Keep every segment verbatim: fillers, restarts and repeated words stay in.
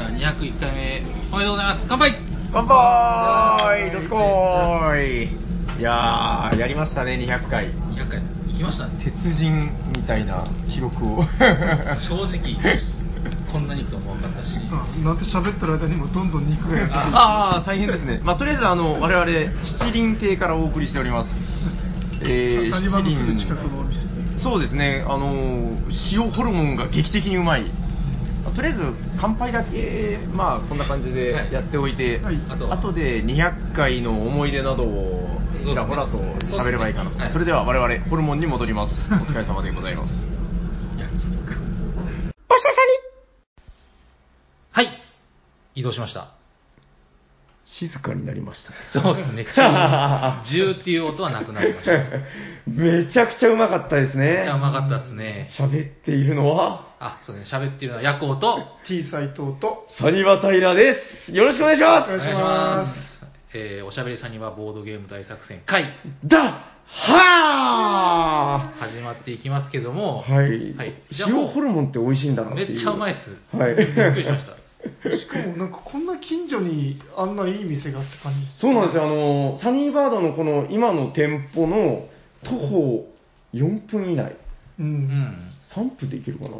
ゃあにひゃくいっかいめおめでとうございます。乾杯。 乾杯。どすこーい。いやーやりましたね。にひゃっかいにひゃっかい行きましたね。 鉄人みたいな記録を正直こんなに行くと思わなかったし、 あなんて喋ってる間にもどんどん肉が焼けていく。 ああ大変ですね。まあとりあえずあの我々七輪亭からお送りしております。 えー、サニバのすぐ近くのお店。 そうですね。あの塩ホルモンが劇的にうまい。とりあえず乾杯だけまあこんな感じでやっておいて、はい、あと後でにひゃっかいの思い出などをちらほらと喋ればいいかな。 そ,、ねはい、それでは我々ホルモンに戻ります。お疲れ様でございます。 おしゃさにはい移動しました。 静かになりましたね。 そうですね。ジューっていう音はなくなりました。 めちゃくちゃうまかったですね。 めっちゃうまかったですね。 喋っているのはあ、そうですね。喋っているのはヤコウと T 斎藤とサニバタイラです。よろしくお願いします。 お願いします。 えー、おしゃべりサニバボードゲーム大作戦会だはー始まっていきますけども、 はい。はい、塩ホルモンって美味しいんだなっていう。 めっちゃうまいっす。 はい。 びっくりしました。 しかもなんかこんな近所にあんないい店がって感じです。 そうなんですよ。あのサニーバードのこの今の店舗の徒歩よんぷん以内、 うん、 さんぷんで行けるかな、 うん、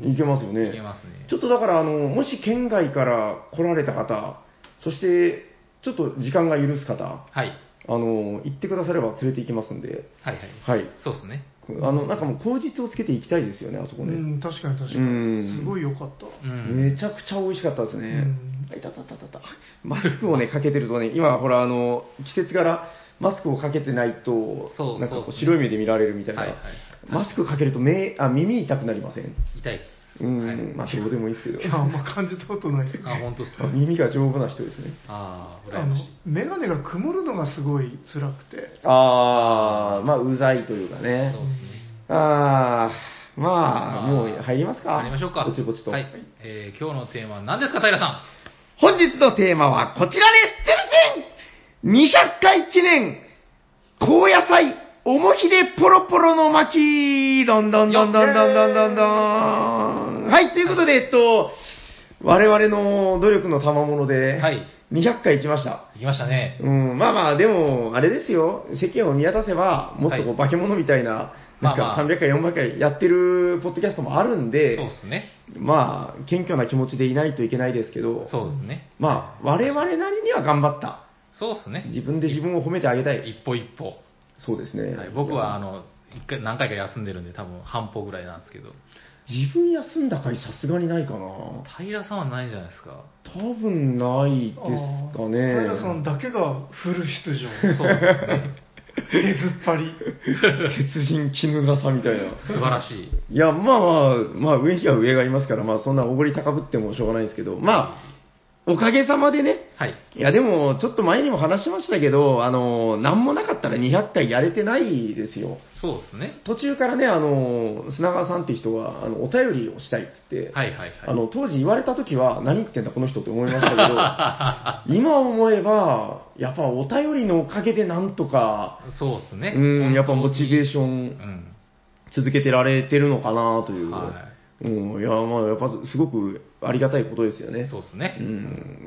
行けますよね。 行けますね。 ちょっとだからあのもし県外から来られた方、そしてちょっと時間が許す方、 はい、 あの行ってくだされば連れて行きますんで、 はいはい、 はい、 そうですね。 あのなんかもう口実をつけていきたいですよね、あそこね。 うん、確かに確かに。すごい良かった。 うん、めちゃくちゃ美味しかったですね。 うん、 いたたたたた。マスクをねかけてるとね、今ほらあの季節柄マスクをかけてないとそうなんかこう白い目で見られるみたいな。 はいはい、 マスクかけると目あ耳痛くなりません？ 痛いです。 うん、はい、まあどうでもいいですけど。 いやあんま感じたことないです。 あ本当ですか。 耳が丈夫な人ですね。 ああ、 あの眼鏡が曇るのがすごい辛くて。 ああ、まあうざいというかね。 そうですね。 ああ、まあ、まあ、もう入りますか。 入りましょうか。 ぼちぼちと。 はい。えー、今日のテーマは何ですか、平さん。 本日のテーマはこちらです。てるてんにひゃっかい記念高野菜おもひでポロポロの巻どんどんどんどんどんどんどんどん。はい、ということで、はい、えっと、我々の努力の賜物で、はい。にひゃっかい行きました。 行きましたね。 うん、まあまあ、でも、あれですよ。世間を見渡せば、もっとこう、化け物みたいな、なんかさんびゃっかい、よんびゃっかいやってるポッドキャストもあるんで、 そうですね。 まあ、謙虚な気持ちでいないといけないですけど、 そうですね。 まあ、我々なりには頑張った。 そうですね。 自分で自分を褒めてあげたい。 一歩一歩。 そうですね。 はい、僕は、あの、一回、何回か休んでるんで、多分半歩ぐらいなんですけど。 自分休んだ回さすがにないかな。 平さんはないんじゃないですか。 多分ないですかね。 平さんだけがフル出場。 そうですね。 出ずっぱり。 鉄人絹笠みたいな。 素晴らしい。 いや、まあまあ、まあ上には上がいますから、まあそんなおごり高ぶってもしょうがないですけど、まあ、おかげさまでね。 はい。 いや、でも、ちょっと前にも話しましたけど、あの、なんもなかったらにひゃっかいやれてないですよ。 そうですね。 途中からね、あの、砂川さんっていう人が、あの、お便りをしたいっつって、 はいはいはい。 あの、当時言われた時は、何言ってんだこの人って思いましたけど、今思えば、やっぱお便りのおかげでなんとか、 そうですね。 うん、やっぱモチベーション、続けてられてるのかなという。はいうん、いや、まあ、やっぱすごくありがたいことですよね。 そうですね。 うん。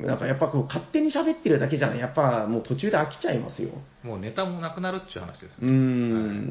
なんかやっぱこう、勝手に喋ってるだけじゃね、やっぱもう途中で飽きちゃいますよ。 もうネタもなくなるっていう話ですね。うん。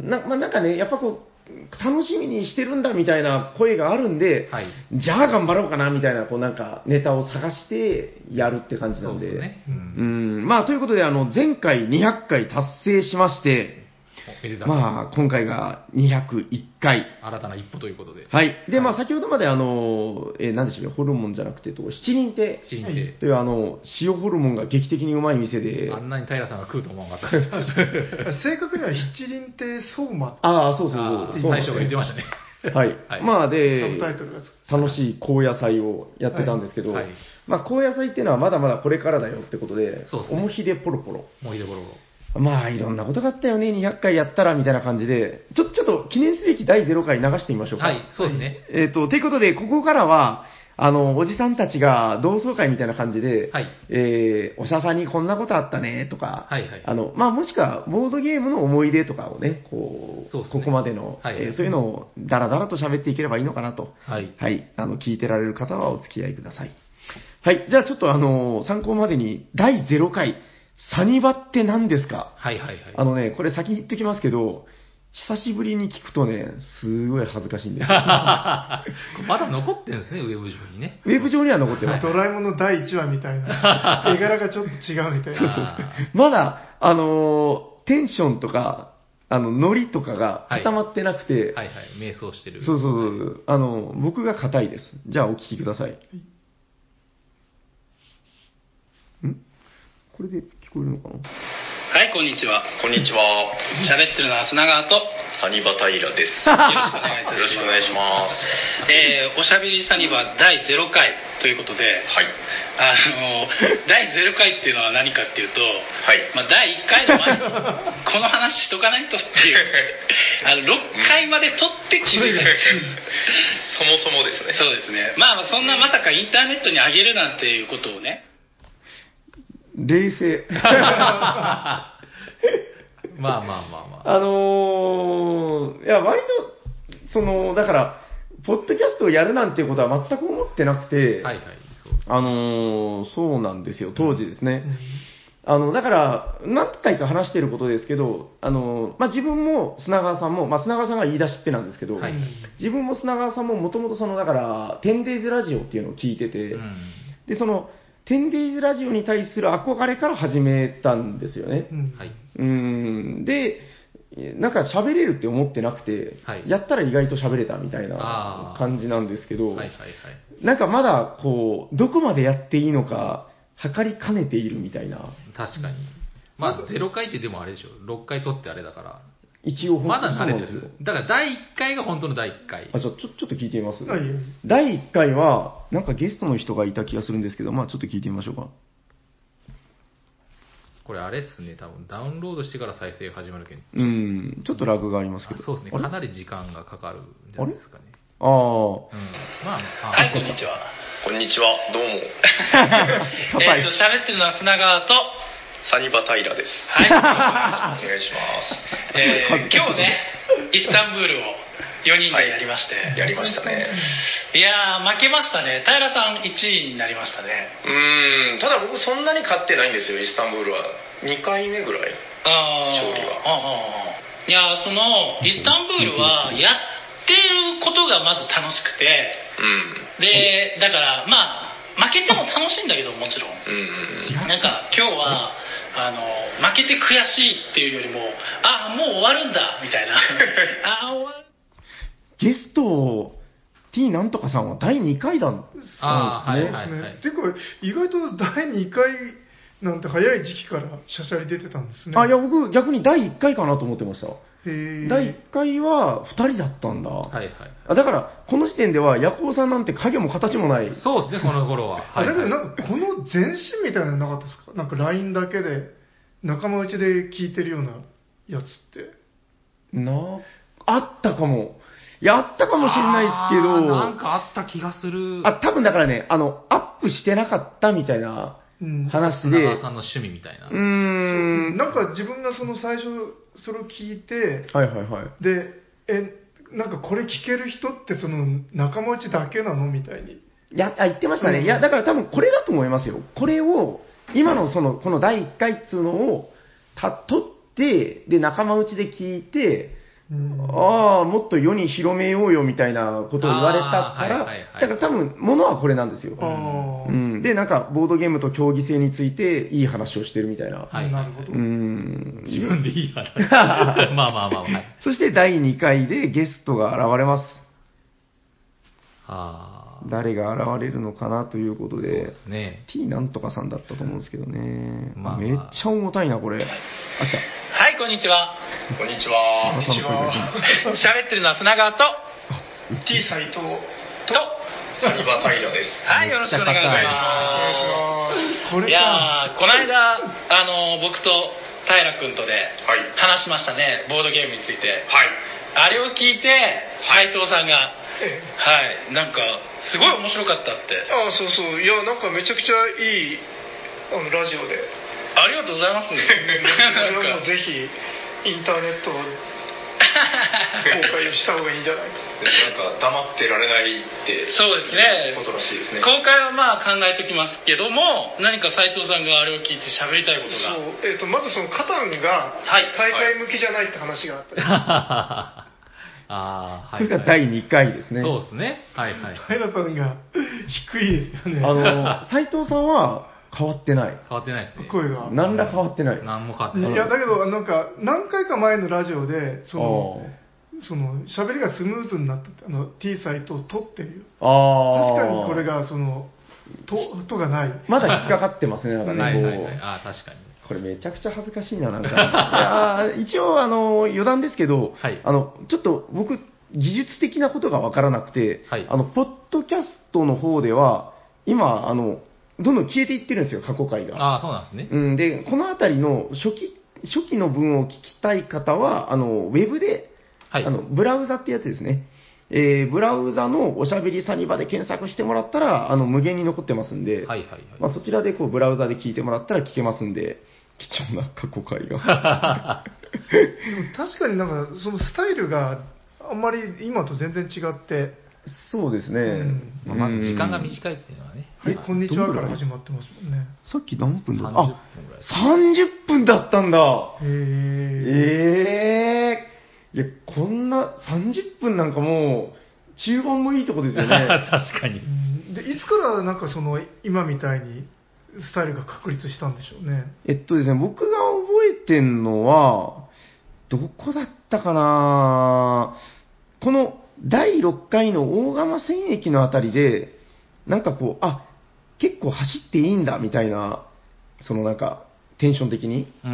はい、なまあ、なんかね、やっぱこう、楽しみにしてるんだみたいな声があるんで、はい、じゃあ頑張ろうかなみたいな、こうなんかネタを探してやるって感じなんで。そうですね。うん。うんまあ、ということで、あの、前回にひゃっかい達成しまして、まあ、今回がにひゃくいっかい。 新たな一歩ということで。 はい。で、まあ、先ほどまであの、えー、何でしょうね、ホルモンじゃなくて、と七輪亭。 七輪亭。 というあの、塩ホルモンが劇的にうまい店で。 あんなに平さんが食うと思わなかったです。正確には七輪亭相馬。 ああ、そうそうそう。 大将が言ってましたね。 はい。はい、まあ、で、 サブタイトルが楽しい高野菜をやってたんですけど、はいはい、まあ、高野菜っていうのはまだまだこれからだよってことで、 そうですね。 おもひでポロポロ。 おもひでポロポロ。 まあ、いろんなことがあったよね、にひゃっかいやったら、みたいな感じで、ちょ、ちょっと記念すべきだいゼロかい流してみましょうか。 はい、そうですね。 えっ、ー、と、ということで、ここからは、あの、おじさんたちが同窓会みたいな感じで、はい、えー、おしゃさんにこんなことあったね、とか、はいはい、あの、まあ、もしくは、ボードゲームの思い出とかをね、こう、そうですね、ここまでの、はいえー、そういうのをダラダラと喋っていければいいのかなと、はい、はい、あの、聞いてられる方はお付き合いください。 はい。じゃあちょっとあのー、参考までに、だいゼロかい、サニバって何ですか？ はいはいはい。 あのね、これ先に言っときますけど、久しぶりに聞くとね、すごい恥ずかしいんですよ。 まだ残ってるんですね、ウェブ上にね。 ウェブ上には残ってます。 ドラえもんのだいいちわみたいな。絵柄がちょっと違うみたいな。 まだ、あのー、テンションとか、あの、ノリとかが固まってなくて、 はい、はいはい瞑想してる。 そうそうそう、はい、あの、僕が硬いです。じゃあお聞きください。んこれで聞こえるのかな？ はい、こんにちは。 こんにちは。 喋ってるのは砂川とサニバタイラです。 よろしくお願いいたします。 よろしくお願いします。 えー、おしゃべりサニバだいゼロかいということで、 はい。 あのだいゼロかいっていうのは何かっていうと、 はい。 まあだいいっかいの前にこの話しとかないとっていうあのろっかいまで撮って気づいたんですそもそもですね。 そうですね。まあそんなまさかインターネットに上げるなんていうことをね。 冷静。 まあまあまあまあ。 あのー、いや、割と、その、だから、ポッドキャストをやるなんていうことは全く思ってなくて、 はいはい、そうあのー、そうなんですよ、当時ですね。うん、あの、だから、何回か話していることですけど、あのー、まあ、自分も砂川さんも、まあ、砂川さんが言い出しっぺなんですけど、はい、自分も砂川さんももともとその、だから、テンデイズラジオっていうのを聞いてて、うん、で、その、テンデイズラジオに対する憧れから始めたんですよね。うん、はい、うんで、なんか喋れるって思ってなくて、はい、やったら意外と喋れたみたいな感じなんですけど、はいはいはい、なんかまだこう、どこまでやっていいのか、測りかねているみたいな。 確かに。まあ、ゼロかいってでもあれでしょ、ろっかい取ってあれだから。 一応まだ慣れてる。だからだいいっかいが本当のだいいっかい。 あ、じゃあちょ、ちょっと聞いてみます。はい、だいいっかいは、なんかゲストの人がいた気がするんですけど、まあちょっと聞いてみましょうか。 これあれっすね、多分ダウンロードしてから再生始まるけん。 うん、ちょっとラグがありますけど。 そうですね、かなり時間がかかるんじゃないですかね。 ああ。うん、 まあ、はい、こんにちは。 こんにちは、どうも。 えっと、喋ってるのは砂川と、 サニバタイラです。 はい、よろしくお願いします。えー、今日ね、イスタンブールをよにんでやりまして、はい、 やりましたね。 いやー、負けましたね。平さんいちいになりましたね。 うーん、ただ僕そんなに勝ってないんですよ、イスタンブールは。にかいめぐらい、勝利は。 あいやー、その、イスタンブールはやってることがまず楽しくて、うん、で、だから、まあ、負けても楽しいんだけど、もちろん。うんうん、なんか今日はあの負けて悔しいっていうよりも、あもう終わるんだみたいな。あ終わる。 ゲスト T なんとかさんはだいにかいだんですね。 あはいはいはい。ていうか意外とだいにかいなんて早い時期からシャシャリ出てたんですね。 あいや僕逆にだいいっかいかなと思ってました。だいいっかいはふたりだったんだ。はいはい。あだから、この時点では、ヤコウさんなんて影も形もない。 そうですね、この頃は。 はい、だけどなんか、この前身みたいなのなかったですか？なんか ライン だけで、仲間内で聞いてるようなやつって。 な、あったかも。やったかもしれないですけど。 なんかあった気がする。 あ、多分だからね、あの、アップしてなかったみたいな話で。 砂川さんの趣味みたいな。 うーん。 なんか自分がその最初、それを聞いて、 はいはいはい。 で、え、なんかこれ聞ける人ってその仲間内だけなのみたいに。 いや、あ、言ってましたね。うん、いや、だから多分これだと思いますよ。これを、今のその、このだいいっかいっつうのを、た、取って、で、仲間内で聞いて、うん、ああ、もっと世に広めようよみたいなことを言われたから、はいはいはい、だから多分、ものはこれなんですよ。うん、で、なんか、ボードゲームと競技性について、いい話をしてるみたいな。 はい、なるほど。 うん。 自分でいい話。まあまあまあまあ。はい、 そしてだいにかいでゲストが現れます。 はあ。 誰が現れるのかなということで、そうですね。 T なんとかさんだったと思うんですけどね。まあ、めっちゃ重たいな、これ。あ、来た。 はい、こんにちは。 こんにちは。 こんにちは。喋ってるのは砂川と T 斎藤とサニバタイラです。 はい、よろしくお願いします。お願いします。いやー、この間あの僕と平君とで話しましたね、ボードゲームについて。はい。あれを聞いて斎藤さんが、はい、なんかすごい面白かったって。 ああ、そうそう。いや、なんかめちゃくちゃいいあのラジオで。 ありがとうございます。 あれはもうぜひインターネット公開をした方がいいんじゃないか。 なんか黙ってられないってそうですね。 ことらしいですね。 公開はまあ考えておきますけども、何か斉藤さんがあれを聞いて喋りたいことが。 そう、えーと、まずそのカタンが大会向きじゃないって話があったり、 ああ、はい、はい。 これがだいにかいですね。 そうですね。はいはい。 平さんが低いですよね。 あの、斉藤さんは変わってない。 変わってないですね。 声が。 何ら変わってない。 何も変わってない。 いや、だけど、なんか、何回か前のラジオで、その、その、喋りがスムーズになったって、あの、T サイトを取ってるよ。 あ確かにこれが、その、と、とがない。 まだ引っかかってますね、なんかね。 はいはいはい。ああ、確かに。 これめちゃくちゃ恥ずかしいな、なんか。いや一応、あの、余談ですけど、 はい、 あの、ちょっと僕、技術的なことがわからなくて、 はい、 あの、ポッドキャストの方では、今、あの、どんどん消えていってるんですよ、過去回が。 ああ、そうなんですね。 うん、で、このあたりの初期、初期の文を聞きたい方は、あの、ウェブで、はい、あの、ブラウザってやつですね。えー、ブラウザのおしゃべりサニバで検索してもらったら、あの、無限に残ってますんで、 はいはいはい。 まあ、そちらでこう、ブラウザで聞いてもらったら聞けますんで、貴重な過去回が。 でも確かになんか、そのスタイルがあんまり今と全然違って、 そうですね。うんまあ、まず時間が短いっていうのはね。 はい、こんにちはから始まってますもんね。 さっき何分だった？ さんじゅっぷんぐらい。 さんじゅっぷんだったんだ。 へー。 えー。いや、こんなさんじゅっぷんなんかもう、中盤もいいとこですよね。 確かに。 で、いつからなんかその、今みたいにスタイルが確立したんでしょうね。 えっとですね、僕が覚えてんのは、どこだったかなこのだいろっかいの大釜戦役のあたりで、なんかこう、あ、結構走っていいんだみたいな、そのなんか、テンション的に、 うん、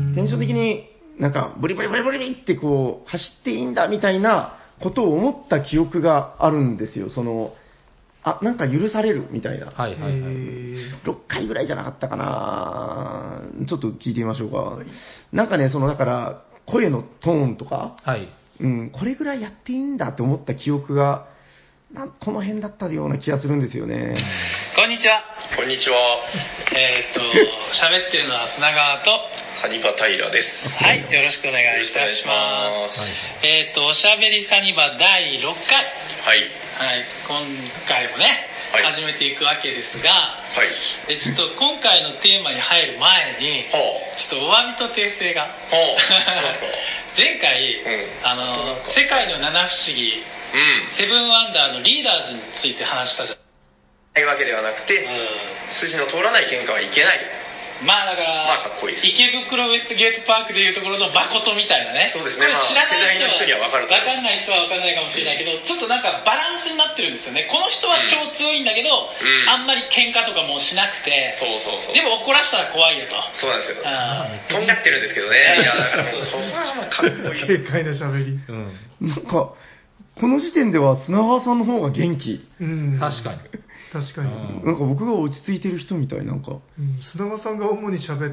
テンション的になんか、ブリブリブリブリってこう、走っていいんだみたいなことを思った記憶があるんですよ。その、あ、なんか許されるみたいな。 はいはいはい。 ろっかいぐらいじゃなかったかなちょっと聞いてみましょうか。はい、なんかね、その、だから、声のトーンとか、 はい。 うん、これぐらいやっていいんだって思った記憶が、なんこの辺だったような気がするんですよね。 こんにちは。 こんにちは。 えー、っと、喋ってるのは砂川と、 サニバタイラです。 はい、よろしくお願いいたします。えー、っと、おしゃべりサニバだいろっかい。 はい。 はい、今回もね、はい、始めていくわけですが、 はい、 でちょっと今回のテーマに入る前に、ちょっとお詫びと訂正が。前回、うん、あの世界の七不思議、うん、セブンワンダーのリーダーズについて話したじゃん。 ないわけではなくて、うん、筋の通らない喧嘩はいけない。 まあだから、 まあ、かっこいいです。 池袋ウエストゲートパークでいうところのバコトみたいなね。 そうですね。 これ知らない人は、まあ、世代の人には分かると分かんない人は分かんないかもしれないけど、ちょっとなんかバランスになってるんですよね。この人は超強いんだけど、うん、あんまり喧嘩とかもしなくて、 そうそうそう。 でも怒らせたら怖いよと。 そうなんですよ。とんがってるんですけどね。いやだからもうそこはかっこいい。 軽快な喋り。 うん。なんかこの時点では砂川さんの方が元気。 うん。 確かに。 確かに、 なんか僕が落ち着いてる人みたいなんか、うん、砂川さんが主に喋って、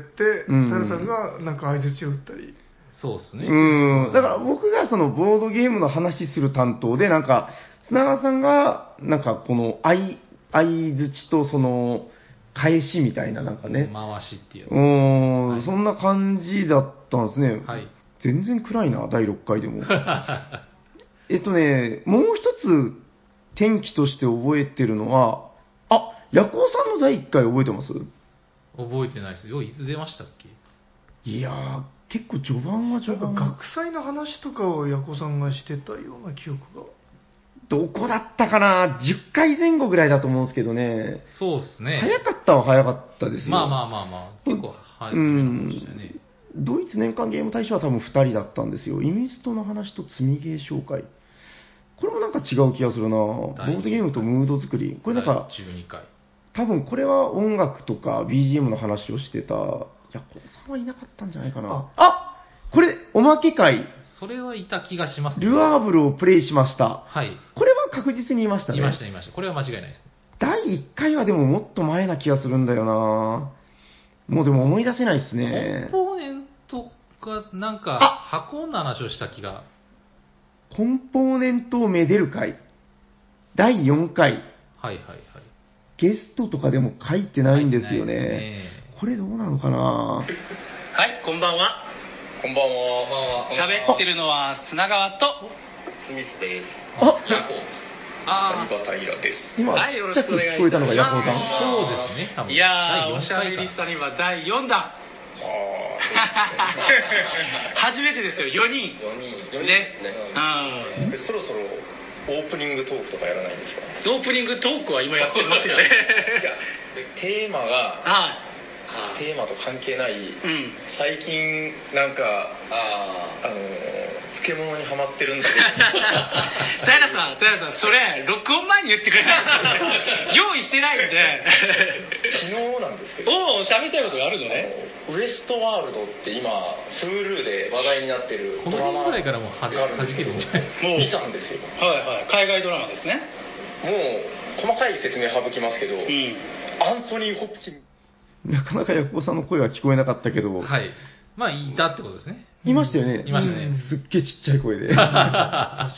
うん、平さんがなんか相づちを打ったり、 そうですね。 うん、だから僕がそのボードゲームの話する担当で、なんか砂川さんがなんかこの相相づちとその返しみたいななんかね、 回しっていうやつ、 うん、 はい、 そんな感じだったんですね。 はい。 全然暗いなだいろっかいでも。えっとね、もう一つ転機として覚えてるのは。あ、ヤコウさんのだいいっかい覚えてます？ 覚えてないですよ。いつ出ましたっけ？ いやー、結構序盤は序盤。 なんか学祭の話とかをヤコウさんがしてたような記憶が。 どこだったかな？じゅっかいぜん後ぐらいだと思うんですけどね。 そうですね。 早かったは早かったですよ。 まあまあまあまあ、結構早かったね。 ドイツ年間ゲーム大賞は多分ふたりだったんですよ。イミストの話と積みゲー紹介。これもなんか違う気がするな。ボードゲームとムード作り。これなんか、 じゅうにかい。 多分これは音楽とか ビージーエム の話をしてた、ヤコウさんはいなかったんじゃないかな。あ, あこれ、おまけ会。 それはいた気がしますね。 ルアーブルをプレイしました。 はい。 これは確実にいましたね。 いました、いました。これは間違いないです。 だいいっかいはでももっと前な気がするんだよな。もうでも思い出せないですね。 コンポーネントがなんか箱の話をした気が。 コンポーネントをめでる会。だいよんかい。 はいはいはい。 ゲストとかでも書いてないんですよね。 ねこれどうなのかな。はい、こんばんは。 こんばんは。 喋ってるのは砂川とスミスです。 あ、 ヤコウです。サニバタイラです。 今、 はい、 ちよろっちゃく聞しくお願いします。 こえたのがヤコウさん。 そうですね、多分。 いやー、おしゃべりサニバだいよんだん。 あ初めてですよ、よにん。 ー、よにん。よにんね。 ですね。 うん。 でそろそろオープニングトークとかやらないんですか？ オープニングトークは今やってますよね。 いや、テーマが、 はい。 テーマと関係ない、 うん。 最近なんかああの漬物にハマってるんだけど平さん、平さん、それ録音前に言ってくれないと用意してないんで。 昨日なんですけど、 おお、喋りたいことがあるのね。 ウエストワールドって今 Hulu で話題になってるこの辺ぐらいからもうはじ弾けるんじゃないですか。 もう見たんですよ。 はいはい、海外ドラマですね。 もう細かい説明省きますけど、 うん。 アンソニー・ホプキンなかなかヤコウさんの声は聞こえなかったけど、 はい。まあ、いたってことですね。 いましたよね。 いましたね。 すっげえちっちゃい声で。 確か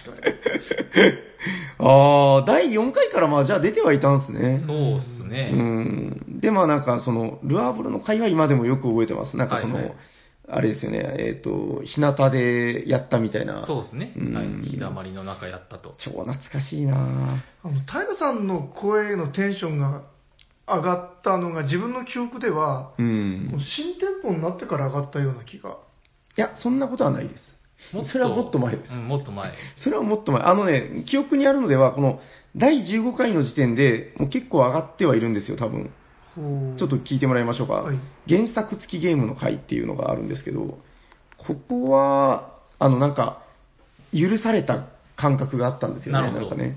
ああ、だいよんかいからまあじゃあ出てはいたんですね。 そうっすね。 うん。で、まあなんかその、ルアーブルの会は今でもよく覚えてます。なんかその、 はいはいあれですよね、えっ、と、日向でやったみたいな。 そうですね。 うんはい。日だまりの中やったと。 超懐かしいなぁ。 あの平さんの声のテンションが上がったのが自分の記憶では、 うん。 この新店舗になってから上がったような気が。 いや、そんなことはないです。 もっとそれはもっと前です。 うん、もっと前。 それはもっと前。あのね、記憶にあるのでは、このだいじゅうごかいの時点で、もう結構上がってはいるんですよ、多分。 ほうちょっと聞いてもらいましょうか。 はい原作付きゲームの回っていうのがあるんですけど、ここは、あの、なんか、許された感覚があったんですよね、 なるほどんかね。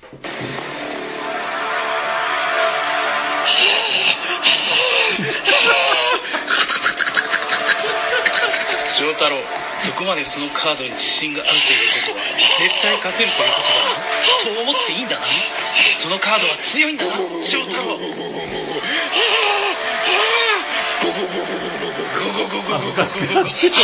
丈太郎、そこまでそのカードに自信があるということは絶対勝てるということだな。そう思っていいんだな。そのカードは強いんだな、丈太郎。 あ、おかしくなってる。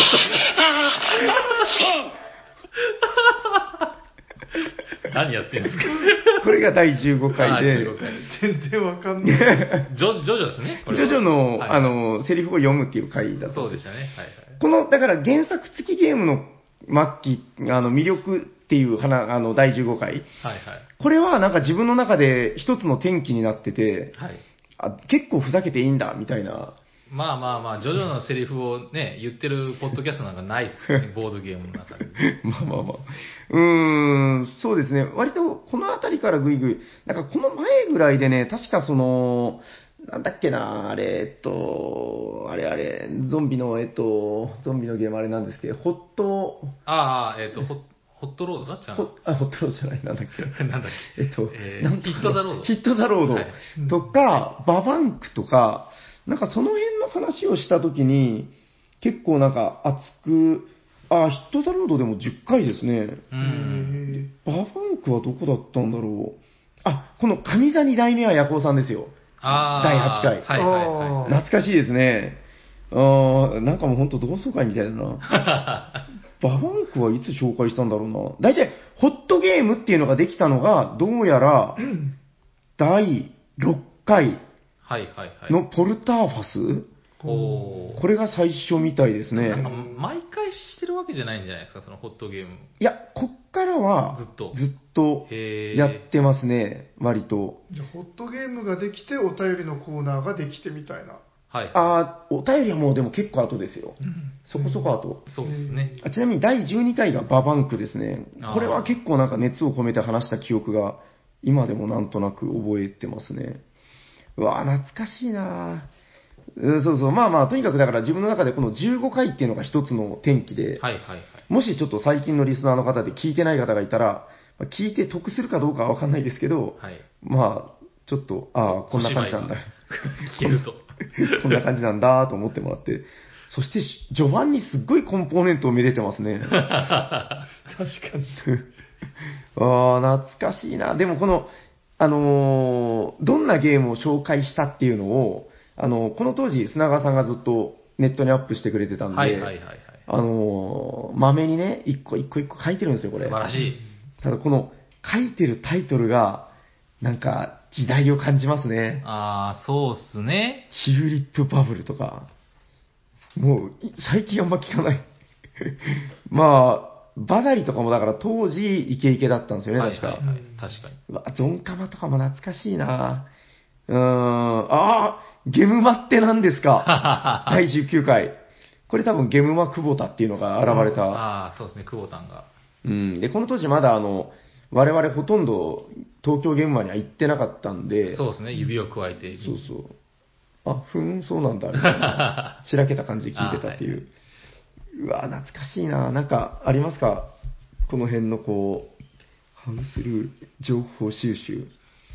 何やってんですか。 これがだいじゅうごかいで、 あじゅうごかい全然わかんない。 ジョジョジョですね。こジれはョジョの、 はいあの、セリフを読むっていう回だったんでそうですしたね。はいはい。 この、だから原作付きゲームの末期、あの、魅力っていう花、あの、だいじゅうごかい。 はいはい。 これはなんか自分の中で一つの転機になってて、 はい。 あ、結構ふざけていいんだ、みたいな。 まあまあまあ、ジョジョのセリフをね、言ってるポッドキャストなんかないっすね、ボードゲームの中で。 まあまあまあ。うーん、そうですね。割とこのあたりからぐいぐい、なんかこの前ぐらいでね、確かその、なんだっけな、あれ、えっと、あれあれ、ゾンビの、えっと、ゾンビのゲームあれなんですけど、ホット、 ああ、えっ、と、ホホットロードだっちゃホあ、ホットロードじゃない、なんだっけ。 なんだっけ。 えっと、 えーなんとかヒットザロードヒットザロードはいとか、ババンクとか、なんかその辺の話をしたときに、結構なんか熱く、あ、ヒットザロードでもじゅっかいですね。 うん。 へババンクはどこだったんだろう。あ、この上座に代目はヤコウさんですよ。 ああ。 だいはちかいはいはいはい。 あ懐かしいですね。あーなんかもうほんと同窓会みたいだな。ババンクはいつ紹介したんだろうな。大体、ホットゲームっていうのができたのが、どうやら、だいろっかいはいはいはい。 のポルターファス、 おーこれが最初みたいですなんかね。 毎回してるわけじゃないんじゃないですか、そのホットゲーム。 いや、こっからは、 ずっとずっとへーやってますね、割と。 じゃあホットゲームができてお便りのコーナーができてみたいな。 はい。 あーお便りはもうでも結構後ですよ。そこそこ後。 そうですね。 あちなみにだいじゅうにかいがババンクですねあー。 これは結構なんか熱を込めて話した記憶が今でもなんとなく覚えてますね。うわぁ、懐かしいなぁ。うんそうそう。まあまあ、とにかくだから自分の中でこのじゅうごかいっていうのが一つの転機で、 はいはいはい。 もしちょっと最近のリスナーの方で聞いてない方がいたら、まあ聞いて得するかどうかはわかんないですけど、 はい。 まあ、ちょっと、ああ、こんな感じなんだ。 聞けると。 こんな感じなんだと思ってもらって。そして、序盤にすっごいコンポーネントを見れてますね。 確かに。 ああ、懐かしいな。でもこの、あのーどんなゲームを紹介したっていうのを、あのーこの当時、砂川さんがずっとネットにアップしてくれてたんで、 はいはいはいはい。 あのー、まめにね、一個一個一個書いてるんですよ、これ。 素晴らしい。 ただこの書いてるタイトルが、なんか時代を感じますね。 ああ、そうっすね。 チューリップバブルとか。もう、い最近あんま聞かない。 まあ、バザリとかもだから当時イケイケだったんですよね、確か。 はいはいはい、確かに。 うわ、ゾンカマとかも懐かしいなうーん、ああ、ゲムマって何ですかだいじゅうきゅうかい。これ多分ゲムマ久保田っていうのが現れた。 ああ、そうですね、久保田が。 うん。で、この当時まだあの、我々ほとんど東京ゲームマには行ってなかったんで。 そうですね、指を加えて。 そうそう。あ、ふーん、そうなんだ、みたいな。しらけた感じで聞いてたっていう。うわ、懐かしいな。なんか、ありますかこの辺のこう、ハウスルール、情報収集。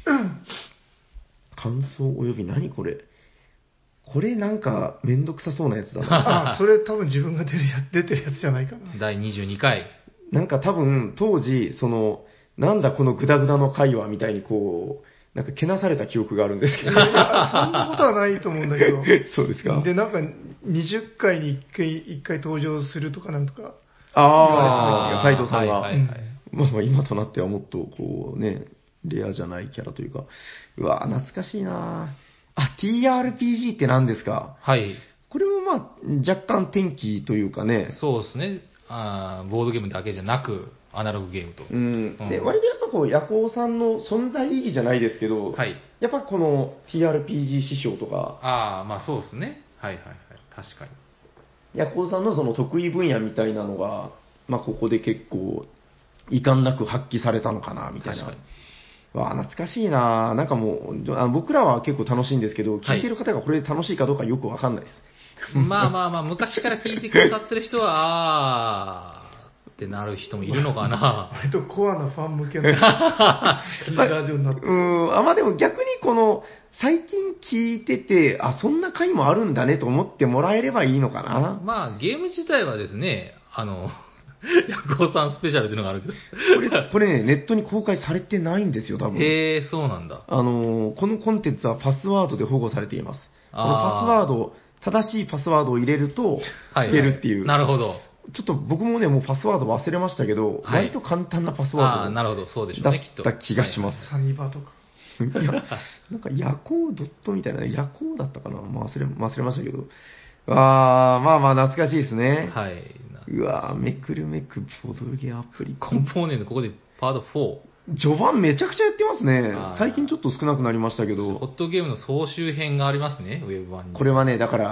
感想および何これこれなんかめんどくさそうなやつだな。あ、それ多分自分が出るや出てるやつじゃないかな。 だいにじゅうにかい。 なんか多分当時、その、なんだこのグダグダの会話みたいにこう、なんかけなされた記憶があるんですけど。 いやいや、そんなことはないと思うんだけど。 そうですか。 で、なんかにじゅっかいにいっかい、いっかい登場するとかなんとか。 ああ、斉藤さんが。 はいはいはい、 まあまあ今となってはもっとこうね、レアじゃないキャラというか。うわ、懐かしいなあ、ティーアールピージー って何ですか？ はい。 これもまあ、若干転機というかね。 そうですね。あボードゲームだけじゃなく、アナログゲームと。 うん。で、割とやっぱこう、ヤコウさんの存在意義じゃないですけど、 はい。 やっぱこの ティーアールピージー 師匠とか。 ああ、まあそうですね。はいはいはい。確かに。 ヤコウさんのその得意分野みたいなのが、まあここで結構、遺憾なく発揮されたのかな、みたいな。 確かに。 わあ、懐かしいななんかもう、あの僕らは結構楽しいんですけど、聞いてる方がこれで楽しいかどうかよくわかんないです。 まあまあまあ、昔から聞いてくださってる人は、あーってなる人もいるのかな。 割とコアなファン向けのラジオになってる。 うん、あ、まあでも逆にこの、最近聞いてて、あ、そんな回もあるんだねと思ってもらえればいいのかな。 まあ、ゲーム自体はですね、あの、ヤコウさんスペシャルっていうのがあるけど。 これ、これね、ネットに公開されてないんですよ、多分。 へえ、そうなんだ。 あの、このコンテンツはパスワードで保護されています。このパスワード、正しいパスワードを入れると、聞けるっていう。 はいはい、なるほど。 ちょっと僕もね、もうパスワード忘れましたけど、はい、割と簡単なパスワードあなるほど、そうでしょうね、きっと。 だった気がします。 サニバとか。 いや、なんかヤコウドットみたいな、ヤコウだったかな、まあ、忘れ、忘れましたけど。あー、まあまあ懐かしいですね。 はい。 うわー、めくるめくボドゲアプリ。 コンポーネント、ここでパートフォー。序盤めちゃくちゃやってますね。最近ちょっと少なくなりましたけど。 ホットゲームの総集編がありますね、ウェブ版に。 これはね、だから、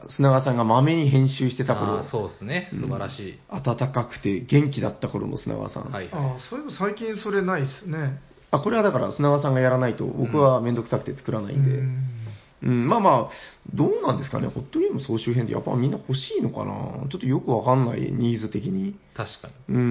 砂川さんがまめに編集してた頃。 あそうですね、素晴らしい、 うん。暖かくて元気だった頃の砂川さん。 はい、はい。 あそういえば最近それないですね。 あ、これはだから砂川さんがやらないと、僕はめんどくさくて作らないんで。うんうん、まあまあ、どうなんですかね、ホットゲーム総集編ってやっぱみんな欲しいのかなちょっとよくわかんない、ニーズ的に。 確かに。うん。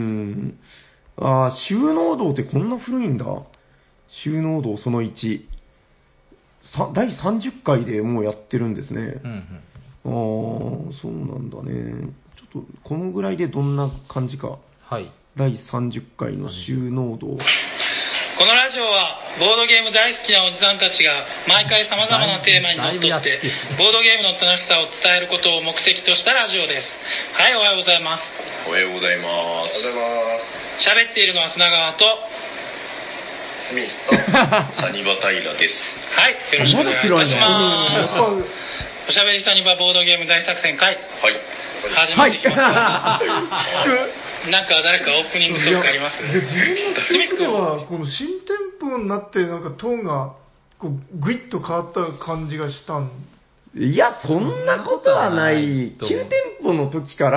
あ収納道ってこんな古いんだ。収納道そのいち。さだいさんじゅっかいでもうやってるんですね。うんうん、ああ、そうなんだね。ちょっと、このぐらいでどんな感じか。 はい。 だいさんじゅっかいの収納道。 このラジオはボードゲーム大好きなおじさんたちが毎回さまざまなテーマにのっとってボードゲームの楽しさを伝えることを目的としたラジオです。はい、おはようございます。 おはようございます。おはようございます。 喋っているのは砂川とスミスとサニバタイラです。 はい、よろしくお願いいたします。おしゃべりサニバボードゲーム大作戦会、はい、始まっていきます、はい、なんか誰かオープニングトークあります？ 自分の記憶ではこの新店舗になってなんかトーンがこうグイッと変わった感じがしたん。 いや、そんなことはない。きゅう店舗の時から、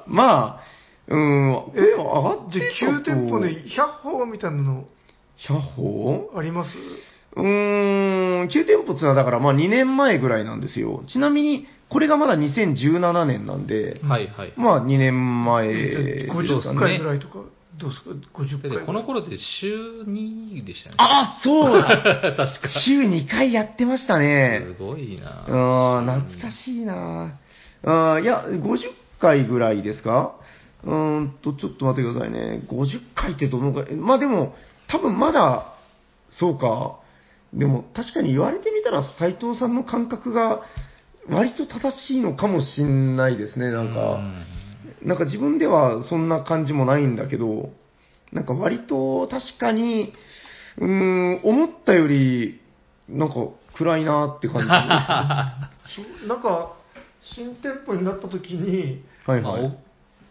まあ、うん、 え、上がってきゅう店舗でひゃっぽうみたいなのひゃっぽうあります？ うーん、きゅう店舗ってのはだからまあにねんまえぐらいなんですよ。ちなみに、これがまだにせんじゅうななねんなんで、 はいはい。 まあにねんまえですかね。 ごじゅっかいぐらいとか、どうですか ?ごじゅっかい。 この頃って週にでしたね。 あ、そうだ確か。 週にかいやってましたね。 すごいなうん、懐かしいなあいや、ごじゅっかいぐらいですかうーんと、ちょっと待ってくださいね。ごじゅっかいってどのぐらいまあでも、多分まだ、そうか。でも確かに言われてみたら斉藤さんの感覚が割と正しいのかもしんないですね、なんか。なんか自分ではそんな感じもないんだけど、なんか割と確かに、うーん、思ったより、なんか暗いなって感じ。 なんか、新店舗になった時に、 はいはい。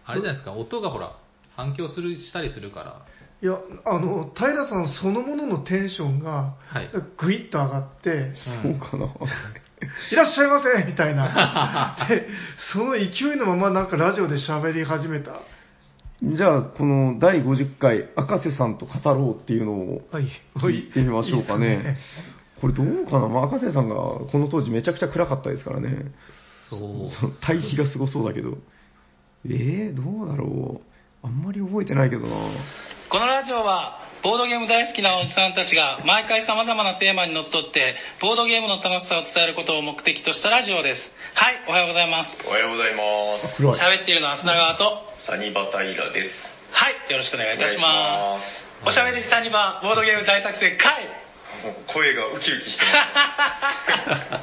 あれじゃないですか、音がほら、反響する、したりするから。 いや、あの、平さんそのもののテンションが、ぐいっと上がって、 そうかな。 いらっしゃいませみたいな。で、その勢いのままなんかラジオで喋り始めた。 じゃあ、このだいごじゅっかい、赤瀬さんと語ろうっていうのを聞いてみましょうかね。はいはい、いいね、これどうかな、まあ、赤瀬さんがこの当時めちゃくちゃ暗かったですからね。 そう。 その対比がすごそうだけど。えー、どうだろう。あんまり覚えてないけどな。 このラジオは、ボードゲーム大好きなおじさんたちが毎回様々なテーマにのっとって、ボードゲームの楽しさを伝えることを目的としたラジオです。はい、おはようございます。 おはようございます。 喋っているのは砂川と、 サニバタイラです。 はい、よろしくお願いいたします。おしゃべりサニバ、ボードゲーム大作戦会。 もう声がウキウキしてます。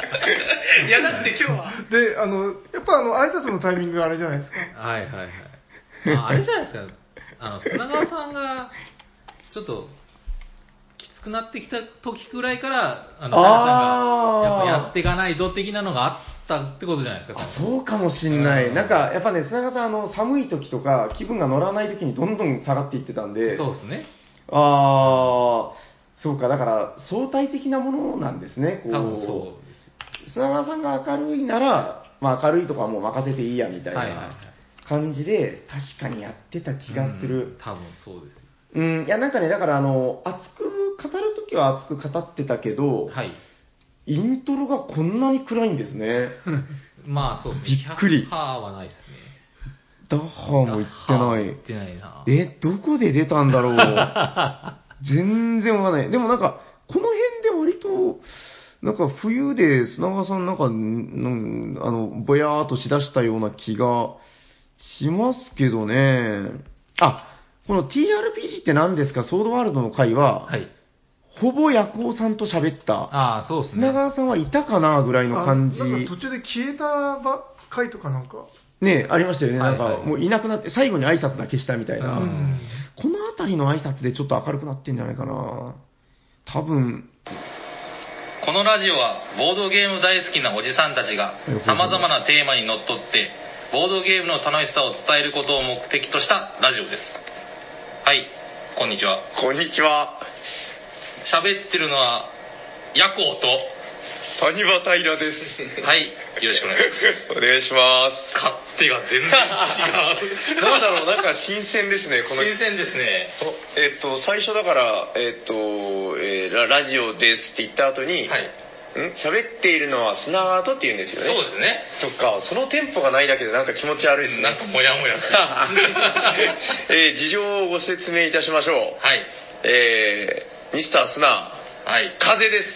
いや、だって今日は。 で、あの、やっぱあの、挨拶のタイミングがあれじゃないですか。 はいはいはい。あ, あれじゃないですか、あの、砂川さんが、ちょっと、きつくなってきた時くらいから、あの、平さんが、やっぱやっていかないと的なのがあったってことじゃないですか。 あ、そうかもしんない。なんか、やっぱね、砂川さん、あの、寒い時とか、気分が乗らない時にどんどん下がっていってたんで。 そうですね。 あー、そうか、だから、相対的なものなんですね。こう、 多分そうですよ。 砂川さんが明るいなら、まあ明るいとかはもう任せていいや、みたいな感じで、確かにやってた気がする。うん、 多分そうですよ。 うん、いや、なんかね、だから、あの、熱く語るときは熱く語ってたけど、 はい。 イントロがこんなに暗いんですね。 まあ、そうですね。 びっくり。 ハーはないですね。 ダッハーも言ってない。 言ってないな。 え、どこで出たんだろう。全然わかんない。でもなんか、この辺で割と、なんか冬で砂川さんなんか、んあの、ぼやーっとしだしたような気がしますけどね。あ、この ティーアールピージー って何ですか、ソードワールドの回は、 はい。 ほぼヤコウさんと喋った。 ああ、そうですね。 砂川さんはいたかなぐらいの感じ。 なんか途中で消えた回とかなんか。 ね、ありましたよね。なんか、 はいはい、 もういなくなって、最後に挨拶だけしたみたいな。 うん、 このあたりの挨拶でちょっと明るくなってんじゃないかな。多分。 このラジオは、ボードゲーム大好きなおじさんたちが、様々なテーマにのっとって、ボードゲームの楽しさを伝えることを目的としたラジオです。はい、こんにちは。 こんにちは。 喋ってるのは、ヤコウと、 サニバタイラです。 はい、よろしくお願いします。 お願いします。 勝手が全然違う。 なんだろう、なんか新鮮ですね、 この。新鮮ですね。 えっと、最初だから、えっと、えー、ラ, ラジオですって言った後に、はい。ん喋っているのは砂川とって言うんですよね。 そうですね。 そっか、そのテンポがないだけでなんか気持ち悪いですね。 なんかモヤモヤする。 えー、事情をご説明いたしましょう。 はい。 えー、ミスター砂。はい。風です。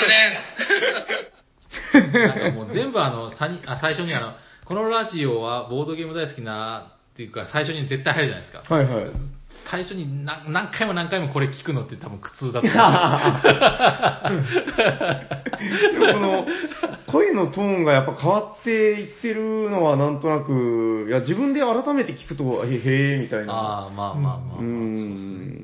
残念。なんかもう全部あの、さにあ最初にあの、このラジオはボードゲーム大好きなっていうか、最初に絶対入るじゃないですか。 はいはい。 最初に何何回も何回もこれ聞くのって多分苦痛だと思う。 でもこの声のトーンがやっぱ変わっていってるのはなんとなく、いや自分で改めて聞くと、へへーみたいな。 ああ、まあまあまあ、まあ。 うん。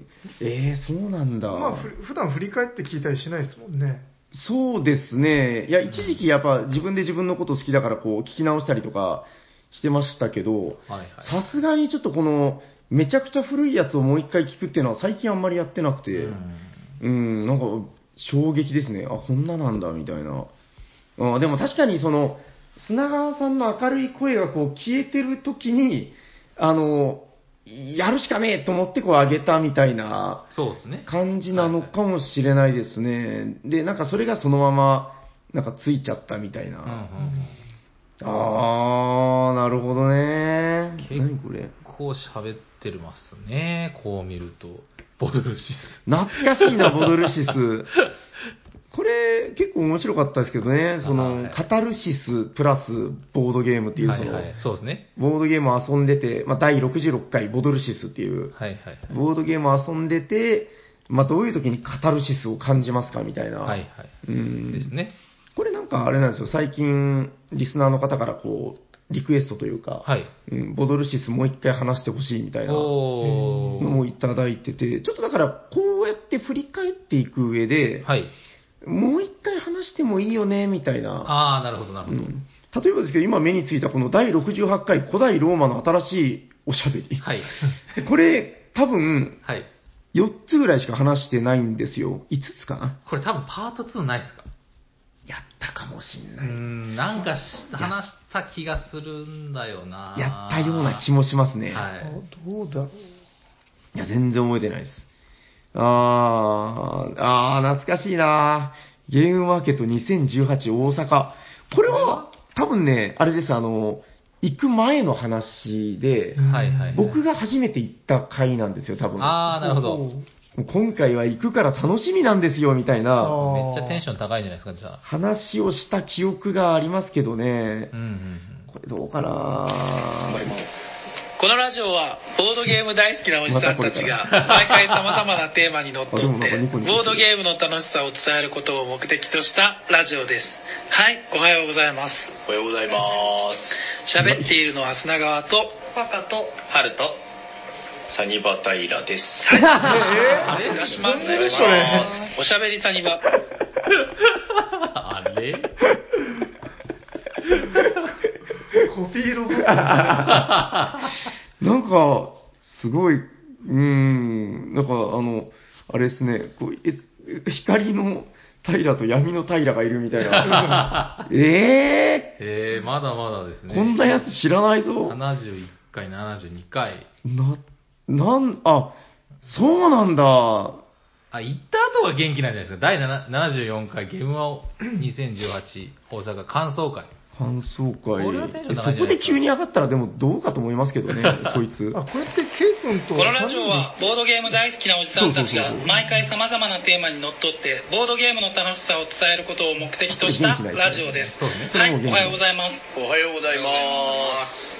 えー、そうなんだ。 まあふ普段振り返って聞いたりしないですもんね。 そうですね。いや、一時期やっぱ自分で自分のこと好きだからこう聞き直したりとかしてましたけど、さすがにちょっとこの、めちゃくちゃ古いやつをもう一回聞くっていうのは最近あんまりやってなくて、うん、うん、なんか衝撃ですね。あ、こんななんだみたいな。あ、でも確かにその、砂川さんの明るい声がこう消えてる時に、あの、やるしかねえと思ってこう上げたみたいな感じなのかもしれないですね。で、なんかそれがそのままなんかついちゃったみたいな。うんうんうん、あー、なるほどね。何これ。 こう喋ってますね。こう見ると。ボドルシス。 懐かしいな、ボドルシス。これ結構面白かったですけどね。その、カタルシスプラスボードゲームっていう、その、 はいはい、そうですね。 ボードゲームを遊んでて、まあ、だいろくじゅうろっかいボドルシスっていう、 はいはいはい、 ボードゲームを遊んでて、まあ、どういう時にカタルシスを感じますかみたいな。 はいはい。 うん。 ですね。 これなんかあれなんですよ。最近、リスナーの方からこう、リクエストというか、 はい、 うん、ボドルシスもう一回話してほしいみたいなのもいただいてて、ちょっとだからこうやって振り返っていく上で、 はい、 もう一回話してもいいよねみたいな。 ああ、なるほどなるほど、うん。 例えばですけど、今目についたこのだいろくじゅうはちかい古代ローマの新しいおしゃべり。 はい。 これ、多分、 はい。 よっつぐらいしか話してないんですよ。いつつかな。 これ多分パートツーないですか？ やったかもしんない。 うーん、なんか話した気がするんだよな。 やったような気もしますね。 はい。 どうだろう。 いや、全然覚えてないです。あー、あー、懐かしいなゲームマーケットにせんじゅうはち大阪。これは、多分ね、あれです、あの、行く前の話で、 はいはいはい、 僕が初めて行った回なんですよ、多分。 あー、なるほど。 今回は行くから楽しみなんですよ、みたいな。 めっちゃテンション高いじゃないですか、じゃあ。 話をした記憶がありますけどね。 うんうんうん、 これどうかなこのラジオはボードゲーム大好きなおじさんたちが毎回様々なテーマにのっとってボードゲームの楽しさを伝えることを目的としたラジオです。はい、おはようございます。 おはようございます。 喋っているのは砂川とパカとハルとサニバタイラです。 はい、あれ出します。おしゃべりサニバ。 あれコピーロボットなんか、すごい、うーん、なんかあの、あれですね、こうえ光の平と闇の平がいるみたいな。えー、 えー、まだまだですね。 こんなやつ知らないぞ。 ななじゅういっかい、ななじゅうにかい。 な、なん、あ、そうなんだ。 あ、行った後が元気なんじゃないですか。だいななじゅうよんかいゲームワオにせんじゅうはち大阪感想会。 感想会。 これはテンション高いじゃないですか。 そこで急に上がったらでもどうかと思いますけどね、そいつ。 あ、これって K 君と。 このラジオはボードゲーム大好きなおじさんたちが毎回様々なテーマにのっとってボードゲームの楽しさを伝えることを目的としたラジオです。 そうですね。 はい、おはようございます。 おはようございます。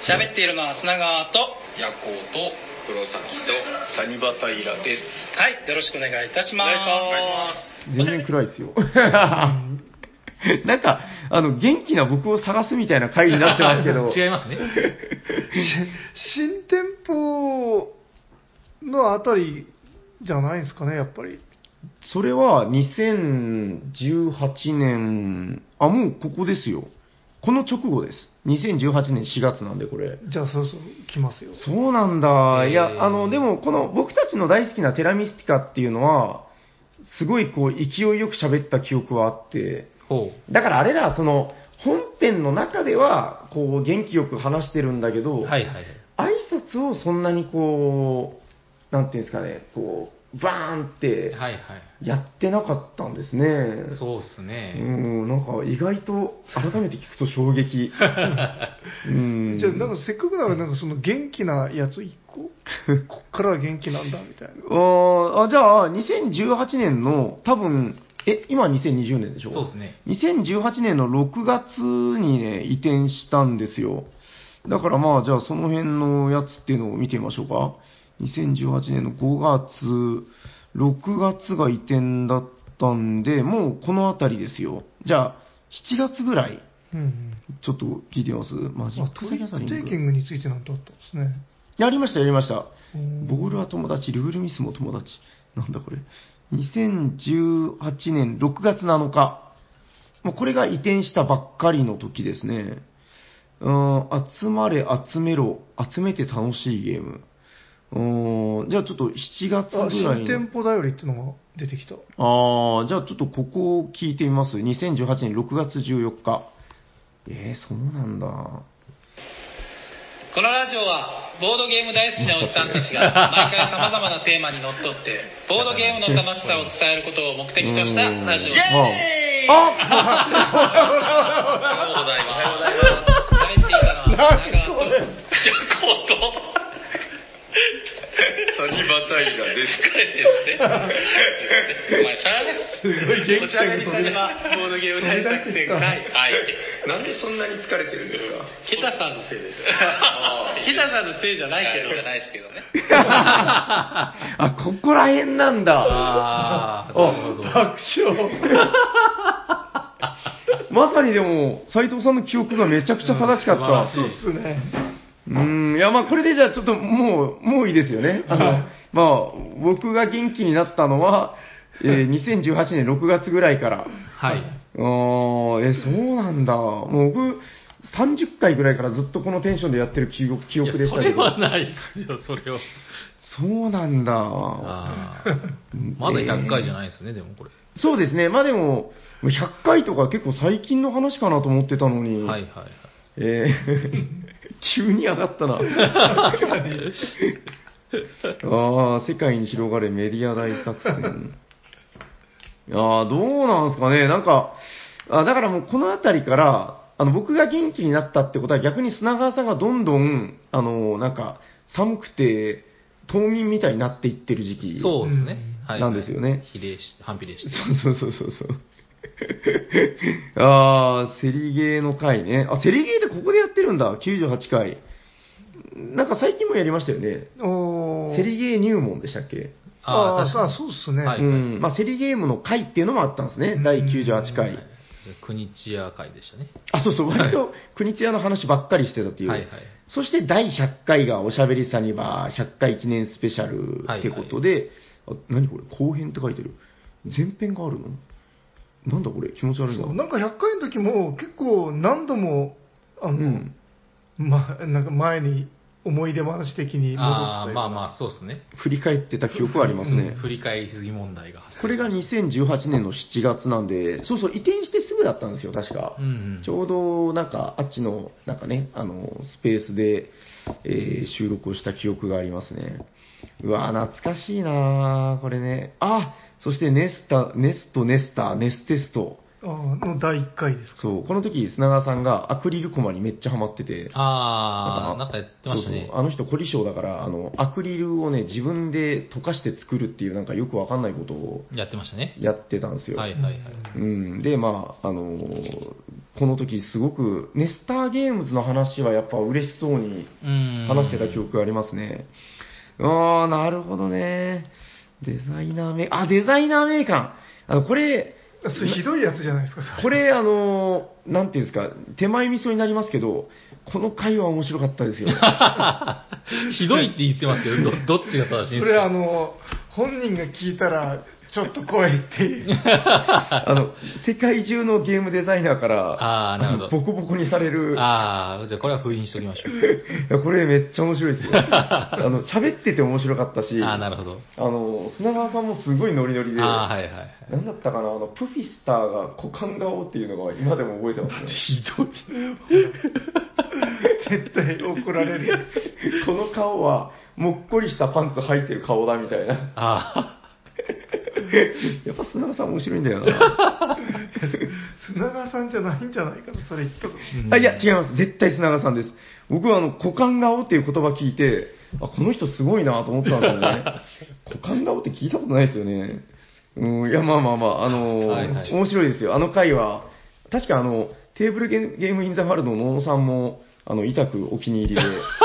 喋っているのは砂川とヤコウと黒崎とサニバタイラです。 はい、よろしくお願いいたします。お願いします。全然暗いですよ。なんか、あの、元気な僕を探すみたいな回になってますけど。 違いますね。 新店舗のあたりじゃないですかね、やっぱり。 それはにせんじゅうはちねん、あ、もうここですよ。この直後です。にせんじゅうはちねんしがつなんで、これ。 じゃあ、そろそろ来ますよ。 そうなんだ。いや、あの、でも、この僕たちの大好きなテラミスティカっていうのは、すごいこう、勢いよく喋った記憶はあって、 ほう。 だからあれだ、その、本編の中では、こう、元気よく話してるんだけど、 はいはい。 挨拶をそんなにこう、なんていうんですかね、こう、バーンって、 はいはい。 やってなかったんですね。 そうっすね。 うん、なんか意外と、改めて聞くと衝撃。うん、 じゃあ、なんかせっかくだから、なんかその元気なやつ一個、こっからは元気なんだ、みたいな。 ああ、じゃあ、にせんじゅうはちねんの、多分、え、今にせんにじゅうねんでしょ？ そうですね。 にせんじゅうはちねんのろくがつにね、移転したんですよ。だからまあ、じゃあその辺のやつっていうのを見てみましょうか。にせんじゅうはちねんのごがつ、ろくがつが移転だったんで、もうこのあたりですよ。じゃあ、しちがつぐらい、 うんうん、 ちょっと聞いてみます？マジック・ザ・ギャザリング。 トリックテイキングについてなんてあったんですね。 やりました、やりました。ボールは友達、ルールミスも友達。なんだこれ。にせんじゅうはちねんろくがつなのか。もうこれが移転したばっかりの時ですね。うーん、集まれ、集めろ、集めて楽しいゲーム。うーん、じゃあちょっとしちがつぐらいの。 新店舗だよりっていうのが出てきた。 ああ、じゃあちょっとここを聞いてみます。にせんじゅうはちねんろくがつじゅうよっか。えー、そうなんだ。 このラジオはボードゲーム大好きなおじさんたちが毎回様々なテーマにのっとってボードゲームの楽しさを伝えることを目的としたラジオです。イエーイ！あっ！おはようございます。おはようございます。帰っていたのは砂川とヤコウとサニバタイラです。 彼ですね。お前しゃべすごい元気しゃべりさんはボードゲーム大作戦会。はい。 なんでそんなに疲れてるんですか？ ケタさんのせいです。ケタさんのせいじゃないけど。じゃないですけどね。 あ、ここら辺なんだ。 ああ、なるほど。 爆笑。 まさにでも、斉藤さんの記憶がめちゃくちゃ正しかった。 そうっすね。 うーん、いや、まあ、これでじゃあ、ちょっともう、もういいですよね。あの、まあ、僕が元気になったのは、えー、にせんじゅうはちねんろくがつぐらいから。 はい。 あーえ、そうなんだ。もう僕、 さんじゅっかいぐらいからずっとこのテンションでやってる記憶記憶でしたけど。 それはないですよ、それは。 そうなんだ。 あまだひゃっかいじゃないですね、えー、でもこれ。 そうですね。まあでも、ひゃっかいとか結構最近の話かなと思ってたのに。 はいはいはい。 えー、急に上がったな。ああ、世界に広がれメディア大作戦。ああ、どうなんですかね。なんか、あだからもうこのあたりから、あの、僕が元気になったってことは逆に砂川さんがどんどん、あの、なんか、寒くて、冬眠みたいになっていってる時期。 そうですね。 はい。なんですよね。 比例し、反比例して。 そうそうそうそう。ああ、セリゲーの回ね。あ、セリゲーでここでやってるんだ。きゅうじゅうはちかい。なんか最近もやりましたよね。 おセリゲー入門でしたっけ？ ああ、さあ、そうっすね。 はい、うん。まあ、セリゲームの回っていうのもあったんですね。だいきゅうじゅうはちかい。 国千谷会でしたね。 あ、そうそう。割と国千谷の話ばっかりしてたっていう。はいはい。そしてだいひゃっかいがおしゃべりサニバーひゃっかい記念スペシャルってことで、はいはい、あ、何これ後編って書いてる。前編があるの？なんだこれ気持ち悪いな。 なんかひゃっかいの時も結構何度も、あの、うん、ま、なんか前に思い出話的に戻ってああ、まあまあそうですね。 振り返ってた記憶はありますね。 うん、振り返りすぎ問題が発生。 これがにせんじゅうはちねんのしちがつなんで、そうそう、移転してすぐだったんですよ、確か。うんうん、ちょうどなんか、あっちの、なんかね、あの、スペースで、えー、収録をした記憶がありますね。うわぁ、懐かしいなぁ、これね。あ、そしてネスタ、ネスト、ネスタ、ネステスト。 あのだいいっかいですか。 そう、この時砂川さんがアクリルコマにめっちゃハマってて。 ああ、なんかやってましたね。 そうそう、あの人凝り性だから、あの、アクリルをね、自分で溶かして作るっていう、なんかよくわかんないことを。 やってましたね。 やってたんですよ。 はいはいはい。 うん。で、まあ、あの、この時すごく、ネスターゲームズの話はやっぱ嬉しそうに話してた記憶がありますね。ああ、なるほどね。デザイナーメーカー、あ、デザイナーメーカー。あの、これ、 それひどいやつじゃないですか、それ。 これ、あの、なんていうんですか、手前味噌になりますけど、この回は面白かったですよ。 ひどいって言ってますけど、ど、どっちが正しいんですか？ それあの、本人が聞いたら、ちょっと怖いっていう。 あの、世界中のゲームデザイナーから、 ああ、なるほど。 ボコボコにされる。 ああ、じゃあこれは封印しときましょう。 いや、これめっちゃ面白いですよ。あの、喋ってて面白かったし、 ああ、なるほど。 あの、砂川さんもすごいノリノリで、 ああ、はいはい。 なんだったかな、あの、プフィスターが股間顔っていうのが今でも覚えてますね。 ひどい。 絶対怒られる。 この顔は、もっこりしたパンツ履いてる顔だみたいな。 ああ。 やっぱ砂川さん面白いんだよな。 砂川さんじゃないんじゃないかな、それ言ったこと。 あ、いや、違います。絶対砂川さんです。僕はあの、股間顔っていう言葉聞いて、あ、この人すごいなと思ったんですよね。股間顔って聞いたことないですよね。うん、いや、まあまあまあ、あのーはいはい、面白いですよ。あの回は、確かあの、テーブルゲームインザワールドの野呂さんも、あの、痛くお気に入りで、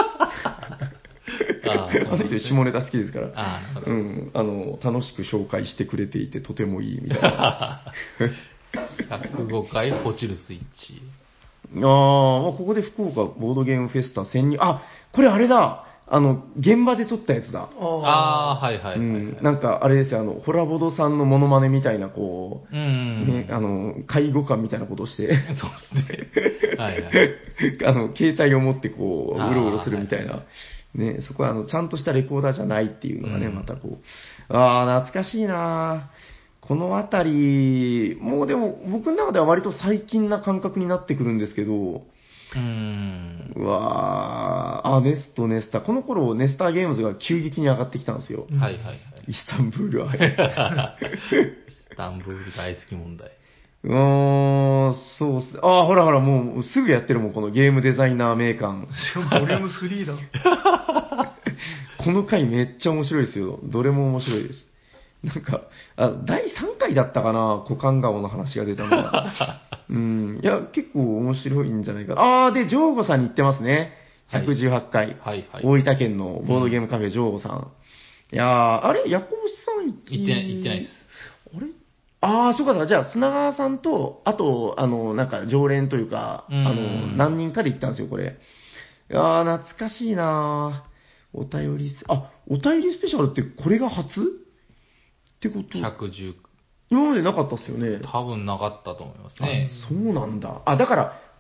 あの人下ネタ好きですから、 あうん、あの、楽しく紹介してくれていてとてもいいみたいな。 ひゃくごかい落ちるスイッチ。 ああ、まあ、ここで福岡ボードゲームフェスタ潜入、あ、これあれだ、あの、現場で撮ったやつだ。 ああ、はいはい、はい、うん。 なんかあれですよ、あの、ホラボドさんのモノマネみたいな、こう、 うん、 ね、あの、介護官みたいなことをして、 そうですね。はいはい。 あの、携帯を持ってこう、うろうろするみたいな。ね、そこはあの、ちゃんとしたレコーダーじゃないっていうのがね、うん、またこう、ああ、懐かしいなこのあたり、もうでも僕の中では割と最近な感覚になってくるんですけど、 うーん。 うわー、あ、ネスト、ネスタ。この頃、ネスターゲームズが急激に上がってきたんですよ。 はいはいはい。 イスタンブールは。イスタンブール大好き問題。 うーん、そうっす。あ、ほらほら、もうすぐやってるもん、このゲームデザイナー名鑑。 しかもボリュームスリーだ。 この回めっちゃ面白いですよ。どれも面白いです。なんか、あ、だいさんかいだったかな、股間顔の話が出たのが。うん、いや、結構面白いんじゃないかな。あー、で、ジョーゴさんに行ってますね。ひゃくじゅうはちかい。 はいはいはい、 大分県のボードゲームカフェ、ジョーゴさん。いやー、あれ、ヤコブさん行って行ってない、行ってないです。 あれあー、そうかそうか。じゃあ、砂川さんと、あと、あの、なんか、常連というか、あの、何人かで行ったんですよ、これ。いやー、懐かしいなー。お便りス、あ、お便りスペシャルってこれが初ってこと？ ひゃくじゅう。 今までなかったっすよね。 多分なかったと思いますね。 あ、そうなんだ。あ、だから、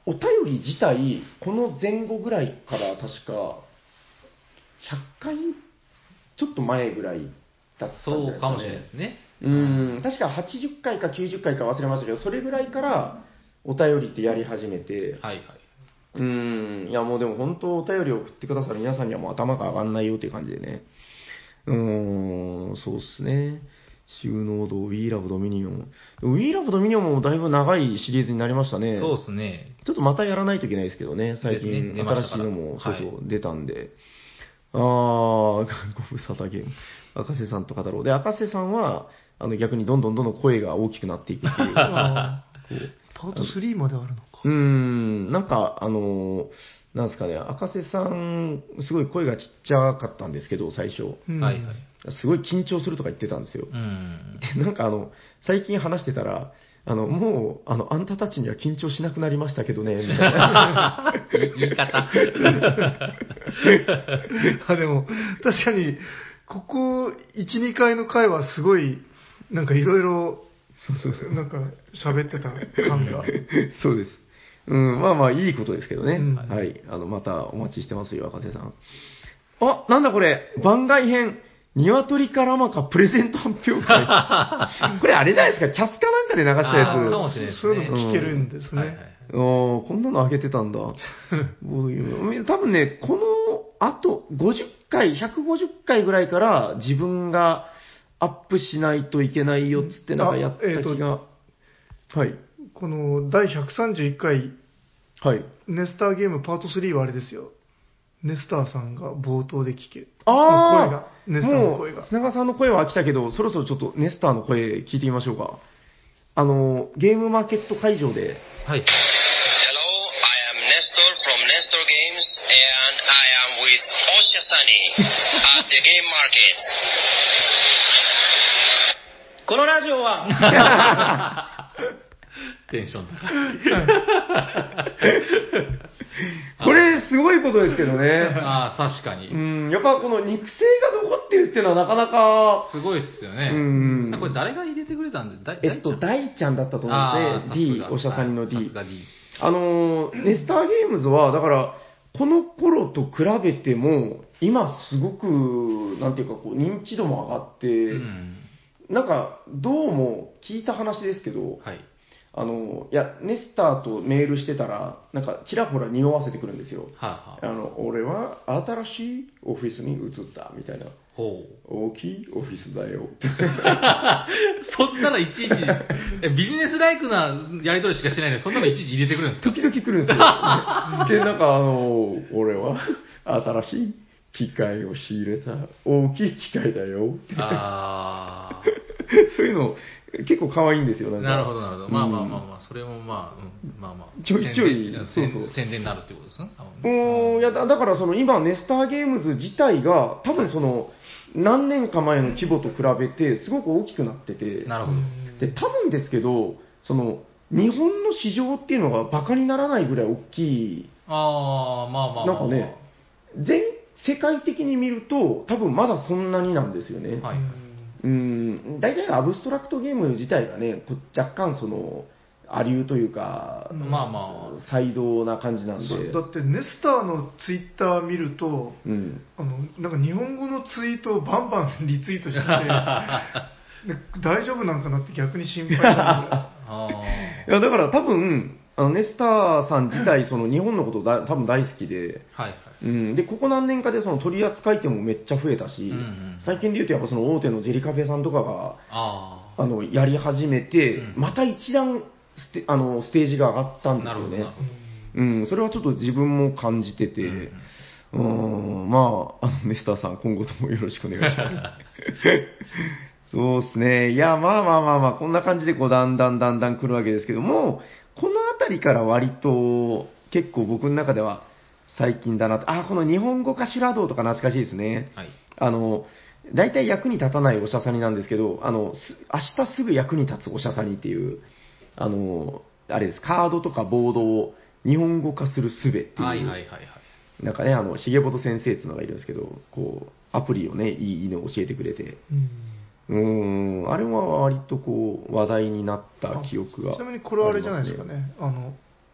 お便り自体、この前後ぐらいから確か、ひゃっかいちょっと前ぐらいだったんじゃないですかね。 そうかもしれないですね。 うん、確かはちじゅっかいかきゅうじゅっかいか忘れましたけど、それぐらいからお便りってやり始めて、 はいはい。 うん、いやもうでも本当お便りを送ってくださる皆さんにはもう頭が上がんないよっていう感じでね。うーん、そうっすね。収納度、WeLove ドミニオン。WeLove ドミニオンもだいぶ長いシリーズになりましたね。 そうですね。 ちょっとまたやらないといけないですけどね、最近、 ね、 新しいのも、そうそう、はい、出たんで。あー、ご無沙汰ゲーム。赤瀬さんと語ろう。で、赤瀬さんは、あの逆にどんどんどんどん声が大きくなっていくっていう。 あこうパートスリーまであるのか。 うーん、なんか、あのー、なんですかね、赤瀬さん、すごい声がちっちゃかったんですけど、最初。 うん、 はいはい。 すごい緊張するとか言ってたんですよ。 うん、 で、なんかあの、最近話してたら、あの、もう、あの、あんたたちには緊張しなくなりましたけどね、みたいな。 言い方。 あ、でも、確かに、ここいち、にかいの回はすごい、なんかいろいろ、なんか喋ってた感が。 そうです。うん、まあまあいいことですけどね。 うん、 はい。あの、またお待ちしてますよ、赤瀬さん。あ、なんだこれ、番外編。鶏からまかプレゼント発表会。これあれじゃないですか、キャスかなんかで流したやつ。 かもしれないですね。 そういうの聞けるんですね。うん、はいはい、 おこんなのあげてたんだ。多分ね、このあとごじゅっかい、ひゃくごじゅっかいぐらいから自分がアップしないといけないよっつってなんかやった気が。えー、はい。 このだいひゃくさんじゅういっかい、 はい。 ネスターゲームパートスリーはあれですよ。ネスターさんが冒頭で聞け。 ああ、 声が、ネスターの声が。 砂川さんの声は来たけど、そろそろちょっとネスターの声聞いてみましょうか。あの、ゲームマーケット会場で。 はい。 Hello, I am Nestor from Nestor Games and I am with Osha Sunny at the Game Market. このラジオはテンション高い。 これすごいことですけどね。 ああ、確かに。 うん、やっぱこの肉声が残ってるっていうのはなかなか。 すごいっすよね。 うん。 これ誰が入れてくれたんですか？ えっと、大ちゃんだったと思うんですね。D、おしゃさんの D。 さすが D。 あの、ネスターゲームズは、だから、この頃と比べても、今すごく、なんていうかこう、認知度も上がって、うん、なんか、どうも聞いた話ですけど、 はい。 あの、いや、ネスターとメールしてたら、なんか、ちらほら匂わせてくるんですよ。 はあはあ、 あの、俺は新しいオフィスに移った、みたいな。 ほう。大きいオフィスだよ。 そんなのいちいち、ビジネスライクなやり取りしかしてないのに、そんなのいちいち入れてくるんですか？ 時々来るんですよ。で、なんか、あの、俺は新しい機械を仕入れた大きい機械だよ。 あそういうの、結構可愛いんですよ。 なんかなるほど、なるほど。まあまあまあまあ、それもまあ、うん、まあまあ。 ちょいちょい、 そうそう。宣伝になるってことですね。 うん、いやだ、だからその今、ネスターゲームズ自体が、多分その、何年か前の規模と比べて、すごく大きくなってて。 なるほど。 で、多分ですけど、その、日本の市場っていうのがバカにならないぐらい大きい。 ああ、まあまあまあ、まあ。 なんかね、全世界的に見ると、多分まだそんなになんですよね。 はい。 うん、大体アブストラクトゲーム自体がね、若干その、アリューというか、 まあまあ、 サイドな感じなんで。 だってネスターのツイッター見ると、うん、あのなんか日本語のツイートをバンバンリツイートしててで大丈夫なんかなって逆に心配なんだいやだから多分あのネスターさん自体その日本のことだ多分大好きで、 はいはい、 うん、でここ何年かでその取り扱い店もめっちゃ増えたし、うんうん、最近で言うとやっぱその大手のジェリカフェさんとかがああのやり始めて、うん、また一段ステ、あのステージが上がったんですよね。うん、それはちょっと自分も感じてて、うん、うんまあ、あのネスターさん今後ともよろしくお願いします。そうですね。いや、まあまあまあまあ、こんな感じでこうだんだんだんだん来るわけですけども、このあたりから割と結構僕の中では最近だなと。あ、この日本語化修羅道とか懐かしいですね。はい、あの、大体役に立たないおしゃさになんですけど、あの、明日すぐ役に立つおしゃさにっていう、あの、あれです、カードとかボードを日本語化する術っていう、 はいはいはいはい、 なんかね、あの、ひげぼと先生っていうのがいるんですけど、こう、アプリをね、いいのを教えてくれて、うん、うーん、あれは割とこう、話題になった記憶が、ね、 ちなみにこれはあれじゃないですかね、あの、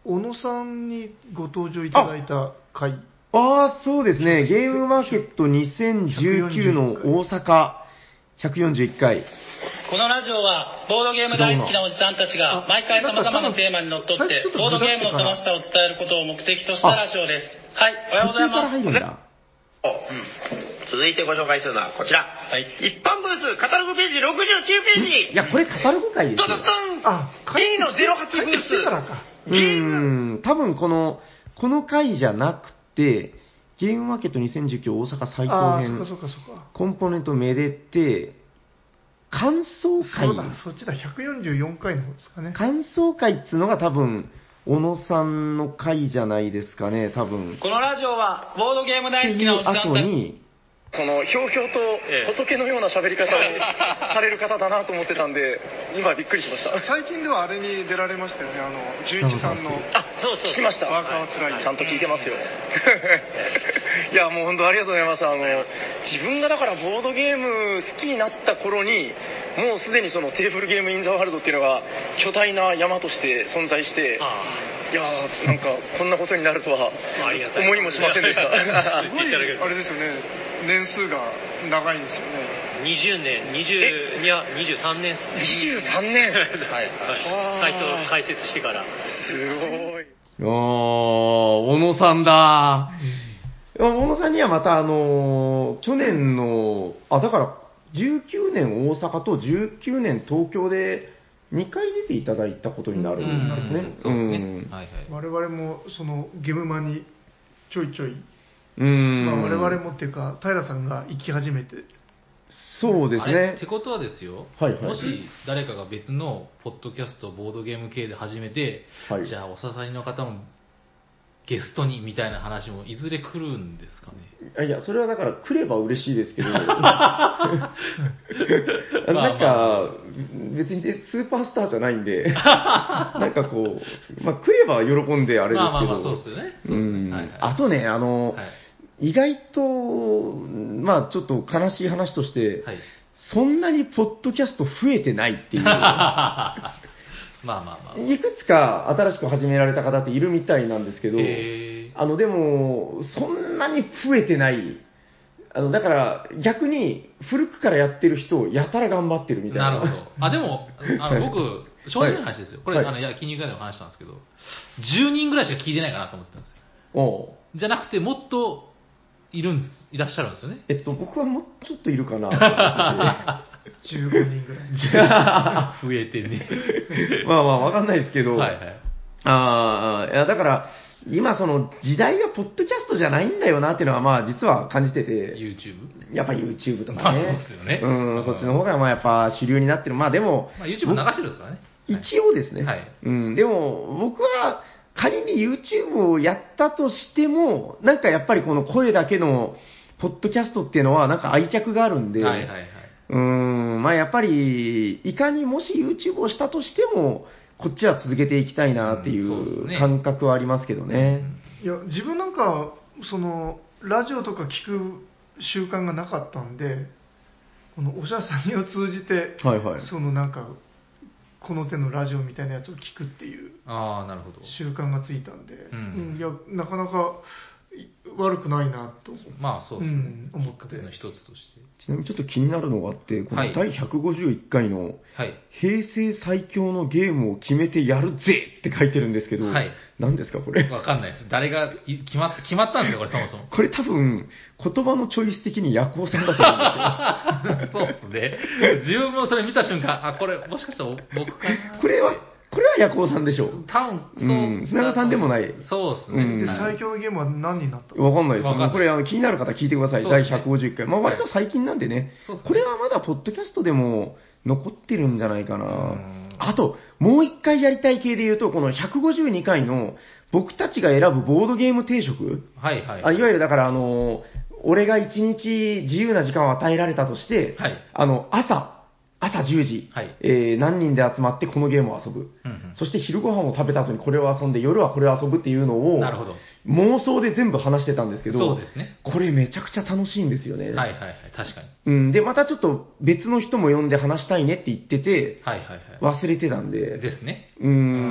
小野さんにご登場いただいた回。 ああ、そうですね。ゲームマーケットにせんじゅうきゅうの大阪ひゃくよんじゅういっかい。 このラジオはボードゲーム大好きなおじさんたちが毎回様々なテーマにのっとってボードゲームの楽しさを伝えることを目的としたラジオです。はい、おはようございます。 途中から入るんだ。 続いてご紹介するのはこちら、はい、一般ブースカタログページろくじゅうきゅうページ。 いや、これカタログ会ですよ。 ドドドン。あ、E のゼロはちブースからか。 うーん、多分このこの回じゃなくてゲームマーケットにせんじゅうきゅう大阪最高編コンポーネントめでて感想会。 そうだ、そっちだ、ひゃくよんじゅうよんかいの方ですかね。 感想会っつうのが多分小野さんの回じゃないですかね、多分。 このラジオはボードゲーム大好きなおじさんたちにそのひょうひょうと仏のような喋り方をされる方だなと思ってたんで今びっくりしました。 最近ではあれに出られましたよね、あのじゅういちさんの。 あ、そうそう、聞きました。 ワーカーはつらい、 ちゃんと聞いてますよ。いや、もう本当ありがとうございます。あの自分がだからボードゲーム好きになった頃にもうすでにそのテーブルゲームインザワールドっていうのが巨大な山として存在して、いやー、なんかこんなことになるとは思いもしませんでした。 すごいあれですよね、年数が長いんですよね。 にじゅうねん、にじゅう、いや、にじゅうさんねんっすね。 にじゅうさんねん。はい。 サイト開設してから。 すごい。 あー、小野さんだー。小野さんにはまたあのー、去年の、あ、だからじゅうきゅうねん大阪とじゅうきゅうねん東京でにかい出ていただいたことになるんですね。 そうですね。はいはい。 我々もそのゲームマにちょいちょい、 うーん、 まあ、我々もっていうか平さんが行き始めて。 そうですね。 ってことはですよ、 はいはい、 もし誰かが別のポッドキャストボードゲーム系で始めて、はい、じゃあお刺さりの方もゲストにみたいな話もいずれ来るんですかね。 いや、それはだから来れば嬉しいですけどなんか別にスーパースターじゃないんでなんかこう、まあ、来れば喜んであれですけど、まあまあまあそうですよね。そうですね、はいはい、あとね、あの、はい、意外と、まあちょっと悲しい話として、はい、そんなにポッドキャスト増えてないっていう。まあまあまあ。いくつか新しく始められた方っているみたいなんですけど、あの、でも、そんなに増えてない。あの、だから、逆に、古くからやってる人をやたら頑張ってるみたいな。 なるほど。あ、でも、あの、僕、正直な話ですよ。これ、はい、あの、焼肉屋でも話したんですけど、じゅうにんぐらいしか聞いてないかなと思ってたんですよ。おじゃなくて、もっと、いるんです、いらっしゃるんですよね。 えっと、僕はもうちょっといるかなじゅうごにんぐらい。じゃあ、増えてね。 まあまあ、わかんないですけど、はいはい、ああ、いや、だから、今その時代がポッドキャストじゃないんだよなっていうのはまあ実は感じてて。 YouTube？ やっぱ YouTube とかね。 まあそうですよね。 うん、そっちの方がまあやっぱ主流になってる。まあでも。 まあ YouTube 流してるんですからね。 一応ですね。はい。うん、でも僕は仮に YouTube をやったとしても、なんかやっぱりこの声だけのポッドキャストっていうのはなんか愛着があるんで。はいはいはい。うん、まあやっぱり、いかにもし YouTube をしたとしても、こっちは続けていきたいなっていう感覚はありますけどね。 いや、自分なんか、その、ラジオとか聞く習慣がなかったんで、このおしゃさんを通じて、はいはい、そのなんか、この手のラジオみたいなやつを聞くっていう習慣がついたんで、うん、いや、なかなか悪くないなと。 まあそうですね。うん、思って。の一つとして。 ちなみにちょっと気になるのがあって、このだいひゃくごじゅういっかいの、はい、平成最強のゲームを決めてやるぜって書いてるんですけど、はい、何ですかこれ。 わかんないです。誰が決まっ、決まったんですよ、これそもそも。 これ多分、言葉のチョイス的にヤコウさんだと思うんですよ。 そうですね。自分もそれ見た瞬間、あ、これもしかしたら僕かな。 これは、これはヤコウさんでしょう。 多分、そう。 うん。砂川さんでもない。 そうですね。うん、 で、最強のゲームは何になったの？ わかんないです。これあの気になる方聞いてください。ね、だいひゃくごじゅういっかい。まあ割と最近なんでね。はい、これはまだポッドキャストでも残ってるんじゃないかな。あと、もう一回やりたい系で言うと、このひゃくごじゅうにかいの僕たちが選ぶボードゲーム定食。はいはい。あいわゆるだからあの、俺が一日自由な時間を与えられたとして、はい、あの、朝、朝じゅうじ、はい、えー、何人で集まってこのゲームを遊ぶ、うんうん、そして昼ご飯を食べた後にこれを遊んで夜はこれを遊ぶっていうのを妄想で全部話してたんですけど、 そうですね。 これめちゃくちゃ楽しいんですよね。 はいはいはい、確かに。 うん、で、またちょっと別の人も呼んで話したいねって言ってて、 はいはいはい。 忘れてたんで。 ですね。 うん、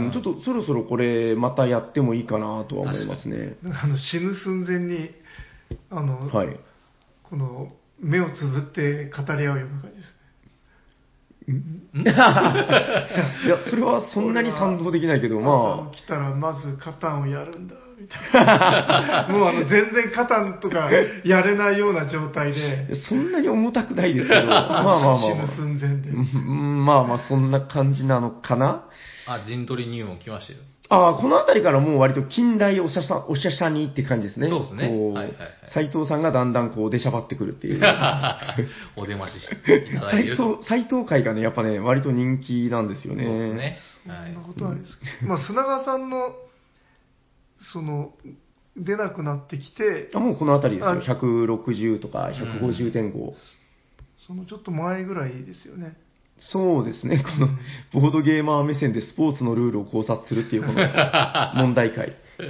ちょっとそろそろこれまたやってもいいかなとは思いますね。 あの死ぬ寸前に、あの、はい、この目をつぶって語り合うような感じですね。 んいや、それはそんなに賛同できないけど、まあ。来たらまずカタンをやるんだ、みたいな。もうあの、全然カタンとかやれないような状態で。 そんなに重たくないですけど、まあまあまあ、まあ。 死ぬ寸前で。 まあまあ、そんな感じなのかな。 あ、陣取り入門来ましたよ。 ああ、この辺りからもう割と近代おしゃさ、おしゃしゃにって感じですね。 そうですね。 こう、はいはいはい、斉藤さんがだんだんこう出しゃばってくるっていう。 お出まししていただいてると。 斉藤会がね、やっぱね、割と人気なんですよね。 そうですね。 そんなことはないですけど。まあ、砂川さんの、その、出なくなってきて。 あ、もうこの辺りですよ。ひゃくろくじゅうとかひゃくごじゅう前後。うん、 そのちょっと前ぐらいですよね。 そうですね、このボードゲーマー目線でスポーツのルールを考察するっていうこの問題会。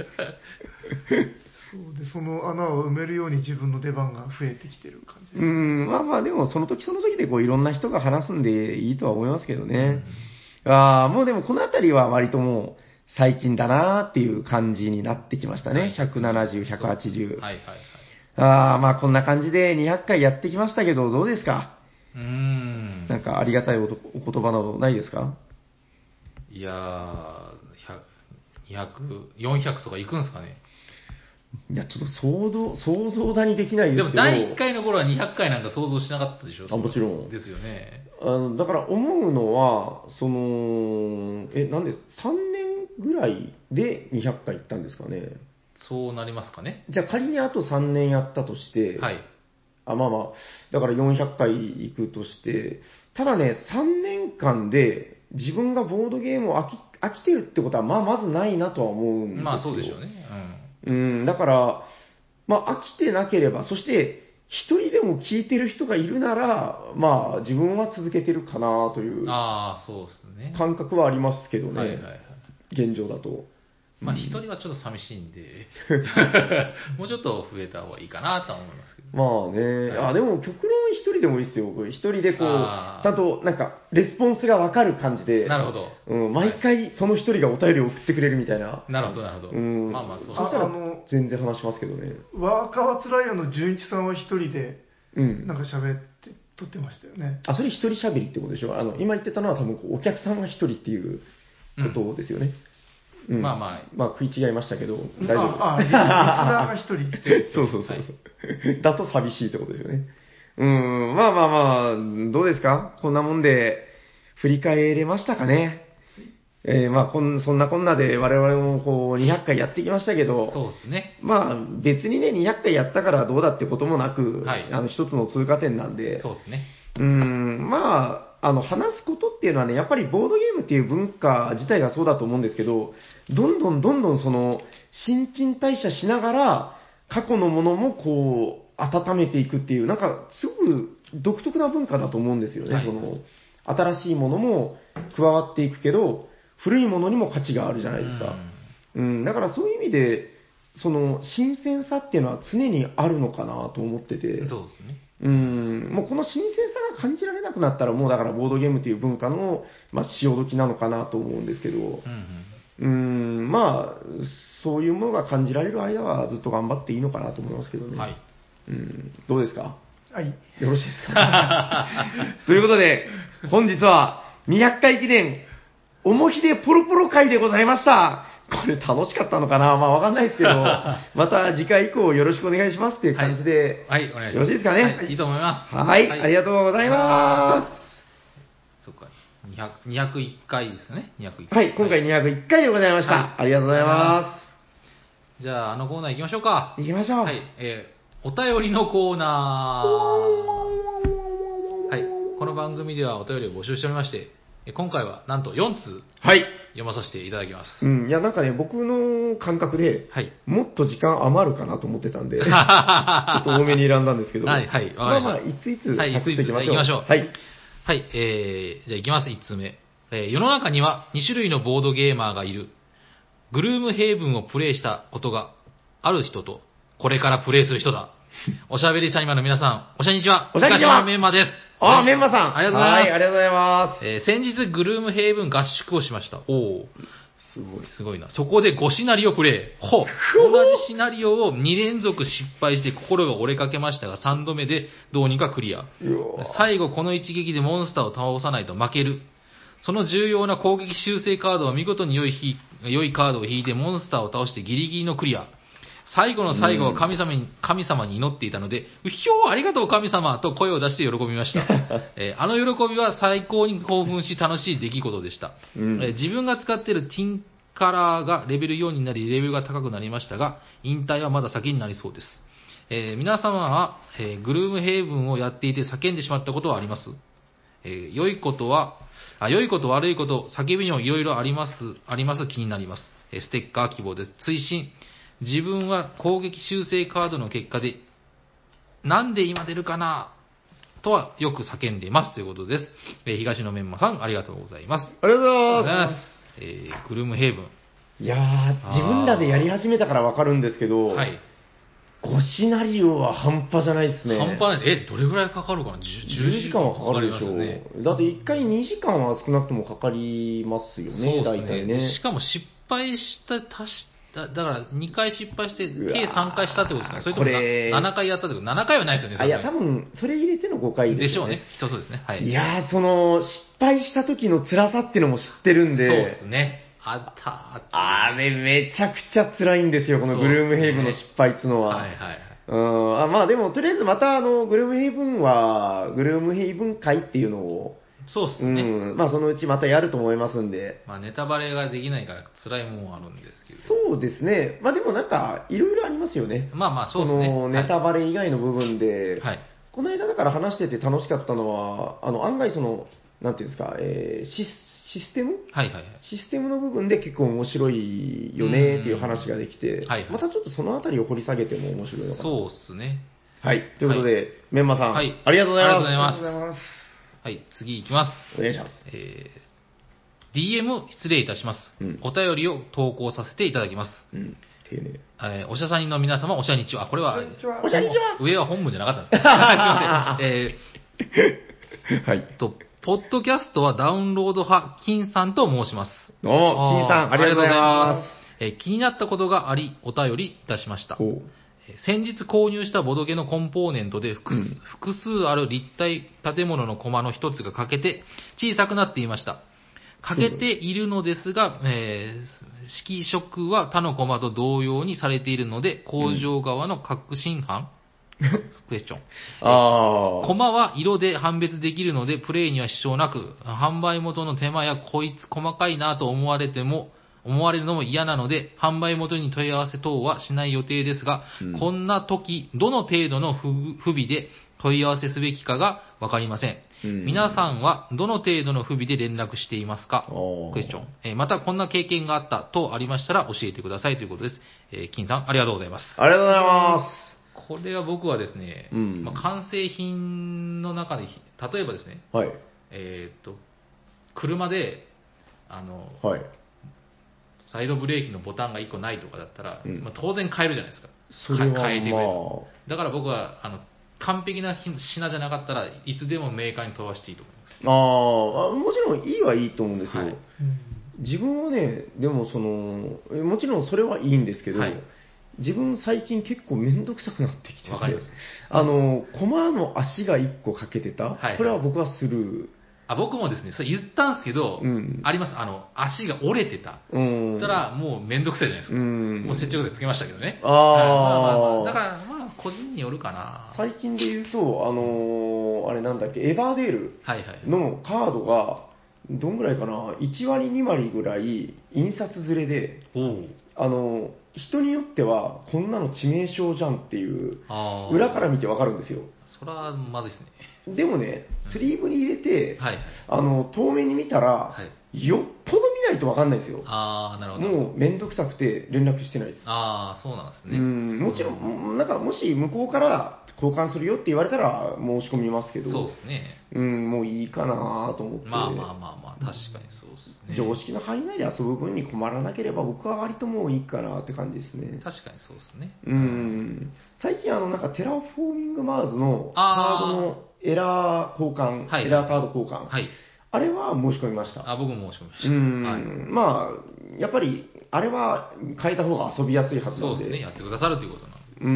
そうで、その穴を埋めるように自分の出番が増えてきてる感じです。 うん、まあまあ、でもその時その時でこういろんな人が話すんでいいとは思いますけどね。うん、ああ、もうでもこの辺りは割ともう最近だなーっていう感じになってきましたね。はい、ひゃくななじゅう、ひゃくはちじゅう。はいはいはい。ああ、まあこんな感じでにひゃっかいやってきましたけど、どうですか？ うーん。 なんかありがたいお言葉などないですか？ いやー、にひゃく、よんひゃくとかいくんですかね。 いや、ちょっと想像、想像だにできないですけど。 でもだいいっかいの頃はにひゃっかいなんか想像しなかったでしょ。 あ、もちろん。 ですよね。 あの、だから思うのは、その、え、なんです、さんねんぐらいでにひゃっかい行ったんですかね。 そうなりますかね。 じゃあ仮にあとさんねんやったとして、 はい。 あ、まあまあ、だからよんひゃっかい行くとして、ただね、さんねんかんで自分がボードゲームを飽き飽きてるってことは、まあまずないなとは思うんですよ。 まあそうでしょうね。 うん。うん、だから、まあ飽きてなければ、そして、一人でも聞いてる人がいるなら、まあ自分は続けてるかなという感覚はありますけどね。はいはいはい、現状だと。 まあ一人はちょっと寂しいんで、もうちょっと増えた方がいいかなとは思いますけど。 まあね、はい、あ、でも極論一人でもいいですよ。一人でこう、ちゃんとなんかレスポンスがわかる感じで、 なるほど。 うん、毎回その一人がお便りを送ってくれるみたいな。 なるほど、なるほど。うん、まあまあそう。そしたら全然話しますけどね。 ワーカーツライアンの純一さんは一人で、うん、なんか喋って撮ってましたよね。 あ、それ一人喋りってことでしょ。あの、今言ってたのは多分お客さんが一人っていうことですよね。うん、 まあまあ。 まあ食い違いましたけど、大丈夫。 ああ、リスナーが一人。 そうそうそうそう、はい。だと寂しいってことですよね。うん、まあまあまあ、どうですか？こんなもんで振り返れましたかね。えー、まあこん、そんなこんなで我々もこうにひゃっかいやってきましたけど、 そうですね。 まあ別にね、にひゃっかいやったからどうだってこともなく、はい、あの一つの通過点なんで、 そうですね。 うん、まあ、あの、話すことっていうのはね、やっぱりボードゲームっていう文化自体がそうだと思うんですけど、どんどんどんどんその、新陳代謝しながら、過去のものもこう、温めていくっていう、なんか、すごく独特な文化だと思うんですよね。はい、その、新しいものも加わっていくけど、古いものにも価値があるじゃないですか。うん、うん、だからそういう意味で、その、新鮮さっていうのは常にあるのかなと思ってて。 そうですね。 うん、もうこの新鮮さが感じられなくなったら、もうだからボードゲームという文化の、まあ、潮時なのかなと思うんですけど、うんうん、うんまあ、そういうものが感じられる間はずっと頑張っていいのかなと思いますけどね。はい。うん、どうですか？ はい。 よろしいですか？ということで、本日はにひゃっかい記念、おもひでポロポロ会でございました。これ楽しかったのかな、まあわかんないですけど、また次回以降よろしくお願いしますっていう感じで、 はい、はい、お願いします。 よろしいですかね。 はい、いいと思います。 はい、はい、ありがとうございます。 そっか、にひゃく、にひゃくいっかいですね、にひゃくいっかい。はい、今回にひゃくいっかいでございました。はい、ありがとうございます。 じゃあ、あのコーナー行きましょうか。 行きましょう。 はい、えー、お便りのコーナー。はい、この番組ではお便りを募集しておりまして、今回はなんとよんつう。はい。読まさせていただきます。 うん、いや、なんかね、僕の感覚で、はい、もっと時間余るかなと思ってたんで、ちょっと多めに選んだんですけど、 はい、はい、 まあまあ、いついつ、 はい、いついつ、行きましょう。はい。はい、えー、じゃあ行きます、いっつうめ。えー、世の中にはにしゅるいのボードゲーマーがいる。グルームヘイブンをプレイしたことがある人と、これからプレイする人だ。おしゃべりサニマの皆さん、おしゃにちは。 おしゃにちは。 メンマです。 ああ、メンマさん。 ありがとうございます。はい、 ありがとうございます。 えー、先日、グルームヘイブン合宿をしました。おお。すごい、すごいな。そこでごシナリオプレイ。ほう。同じシナリオをに連続失敗して心が折れかけましたが、さんどめでどうにかクリア。最後、この一撃でモンスターを倒さないと負ける。その重要な攻撃修正カードは見事に良いひ良いカードを引いてモンスターを倒してギリギリのクリア。最後の最後は神様に、神様に祈っていたので、うひょーありがとう神様と声を出して喜びました。えー、あの喜びは最高に興奮し楽しい出来事でした。うん、えー、自分が使っているティンカラーがレベルよんになりレベルが高くなりましたが、引退はまだ先になりそうです。えー、皆様は、えー、グルームヘイブンをやっていて叫んでしまったことはあります？えー、良いことは、あ、良いこと悪いこと、叫びにもいろいろあります、あります気になります。えー、ステッカー希望です。追伸。自分は攻撃修正カードの結果で、なんで今出るかなとはよく叫んでいますということです。えー、東野メンマさん、ありがとうございます。 ありがとうございます。 えー、グルームヘイブン。 いやー、自分らでやり始めたからわかるんですけど、はい。ごシナリオは半端じゃないですね。 半端ない。え、どれぐらいかかるかな ?じゅうじゅうじかんはかかるでしょう。ね、だっていっかいにじかんは少なくともかかりますよね、大体ね。 しかも失敗した、足しだ, だからにかい失敗して計さんかいしたってことですね。それともななかいやったってこと？ななかいはないですよね。 あ、いや多分それ入れてのごかいですよね。 でしょうね。きっとそうですね。はい。 いやー、その失敗した時の辛さっていうのも知ってるんで。 そうですね。あったあった。 あれめちゃくちゃ辛いんですよ、このグルームヘイブンの失敗っていうのは。はいはい。うん、あまあでもとりあえずまたあのグルームヘイブンはグルームヘイブン会っていうのを。 そうですね。 うん。まあそのうちまたやると思いますんで。 まあネタバレができないから辛いもんあるんですけど。 そうですね。まあでもなんかいろいろありますよね。 まあまあそうですね。 このネタバレ以外の部分で。 はい。 この間だから話してて楽しかったのは、あの案外その、なんていうんですか、えー、シスシステムはいはいはい。 システムの部分で結構面白いよねっていう話ができて、 はいはい、 またちょっとそのあたりを掘り下げても面白いのかな。 そうですね。 はい。ということで、はい、メンマさん、 はい、 ありがとうございます。 ありがとうございます。はい、次行きます。 お願いします。 えー、ディーエム 失礼いたします、うん。お便りを投稿させていただきます。 うん、丁寧。 えー、おしゃさんの皆様、おしゃにちは。これは、 おしゃにちは。 上は本部じゃなかったんですかすいません。えー、はい。 と、ポッドキャストはダウンロード派、金さんと申します。 おー、金さん、ありがとうございます。 えー、気になったことがあり、お便りいたしました。先日購入したボドゲのコンポーネントで複数、うん、複数ある立体建物のコマの一つが欠けて小さくなっていました。欠けているのですが、えー、色色は他のコマと同様にされているので、工場側の確信犯、うん、クエスチョン。 あコマは色で判別できるので、プレイには支障なく、販売元の手間やこいつ細かいなと思われても、思われるのも嫌なので、販売元に問い合わせ等はしない予定ですが、うん、こんな時、どの程度の不備で問い合わせすべきかがわかりません。うん、皆さんはどの程度の不備で連絡していますか？クエスチョン。えー、またこんな経験があったとありましたら教えてくださいということです。えー、金さん、ありがとうございます。 ありがとうございます。 これは僕はですね、うん、まあ、完成品の中で、例えばですね、 はい、 えー、っと、車で、あの、 はい、 サイドブレーキのボタンがいっこないとかだったら、うん、まあ、当然買えるじゃないですか。 それは、まあ、 変えてくれる。だから僕はあの完璧な品じゃなかったらいつでもメーカーに問わしていいと思います。 ああ、もちろんいいはいいと思うんですよ。はい、自分はね、でもそのもちろんそれはいいんですけど、はい、自分最近結構めんどくさくなってきてて、 わかります。 あのコマの足がいっこ欠けてた、はいはい、これは僕はスルー。 あ、僕もですね、それ言ったんですけど、うん、あります。あの、足が折れてた。うん。たら、もうめんどくさいじゃないですか。うん。もう接着でつけましたけどね。 ああ、はい、まあまあまあ。だから、まあ、個人によるかな。 最近で言うと、あのー、あれなんだっけ、エバーデールのカードが、どんぐらいかな、いちわりにわりぐらい印刷ずれで、あの、人によっては、こんなの致命傷じゃんっていう、裏から見てわかるんですよ。 それはまずいですね。 でもね、スリーブに入れて、はい、あの遠目に見たら、はい、よっぽど見ないと分かんないですよ。 ああ、なるほど。 もうめんどくさくて連絡してないです。 ああ、そうなんですね。 うん、もちろん、なんかもし向こうから交換するよって言われたら申し込みますけど、 そうですね。 うん、もういいかなと思って。 まあまあまあまあ、確かにそうですね。 常識の範囲内で遊ぶ分に困らなければ僕は割ともういいかなって感じですね。 確かにそうですね。 うん。最近あのなんかテラフォーミングマーズのカードのエラー交換、はい、エラーカード交換。はい。あれは申し込みました。 あ、僕も申し込みました。 うん、はい、まあ、やっぱり、あれは変えた方が遊びやすいはずなので。 そうですね、やってくださるということなの。 うん。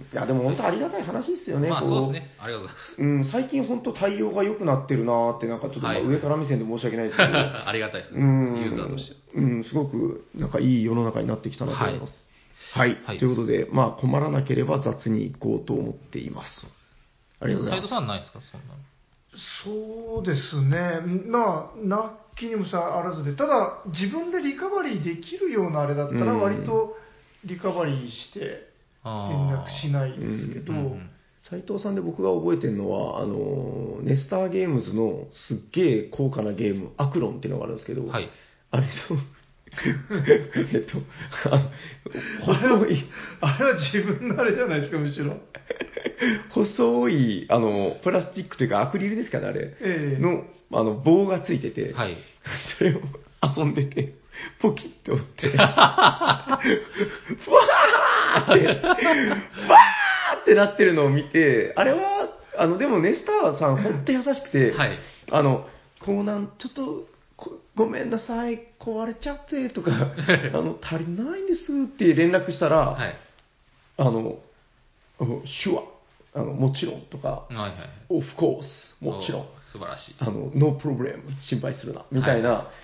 いや、でも本当ありがたい話ですよね。 まあそうですね。ありがとうございます。 うん、最近本当対応が良くなってるなーって、なんかちょっと上から目線で申し訳ないですけど。 ありがたいです、ね。うん。ユーザーとして。 うん、すごく、なんかいい世の中になってきたなと思います。はい。はい、ということで、まあ困らなければ雑に行こうと思っています。ありがとうございます。 斉藤さんないですか、そんなの。 そうですね、まあ、なきにもさあらずで、ただ、自分でリカバリーできるようなあれだったら、割とリカバリーして連絡しないですけど、 斉藤さんで僕が覚えてるのは、あのネスターゲームズのすっげえ高価なゲーム、アクロンっていうのがあるんですけど、はい、あれと、えっと、あの細いあれは自分のあれじゃないですか、むしろ。 細い、あの、プラスチックというかアクリルですかね、あれ、えー、の、あの、棒がついてて、はい、それを遊んでて、ポキッと折って、ふわーって、バーってなってるのを見て、あれは、あの、でもネスターさん、ほんと優しくて、はい、あの、こうなん、ちょっと、ごめんなさい、壊れちゃってとか、あの、足りないんですって連絡したら、はい、あの、手話、あのもちろんとか、はいはい、of course、もちろん、 素晴らしい。 あの、no problem、心配するな、みたいな、はい、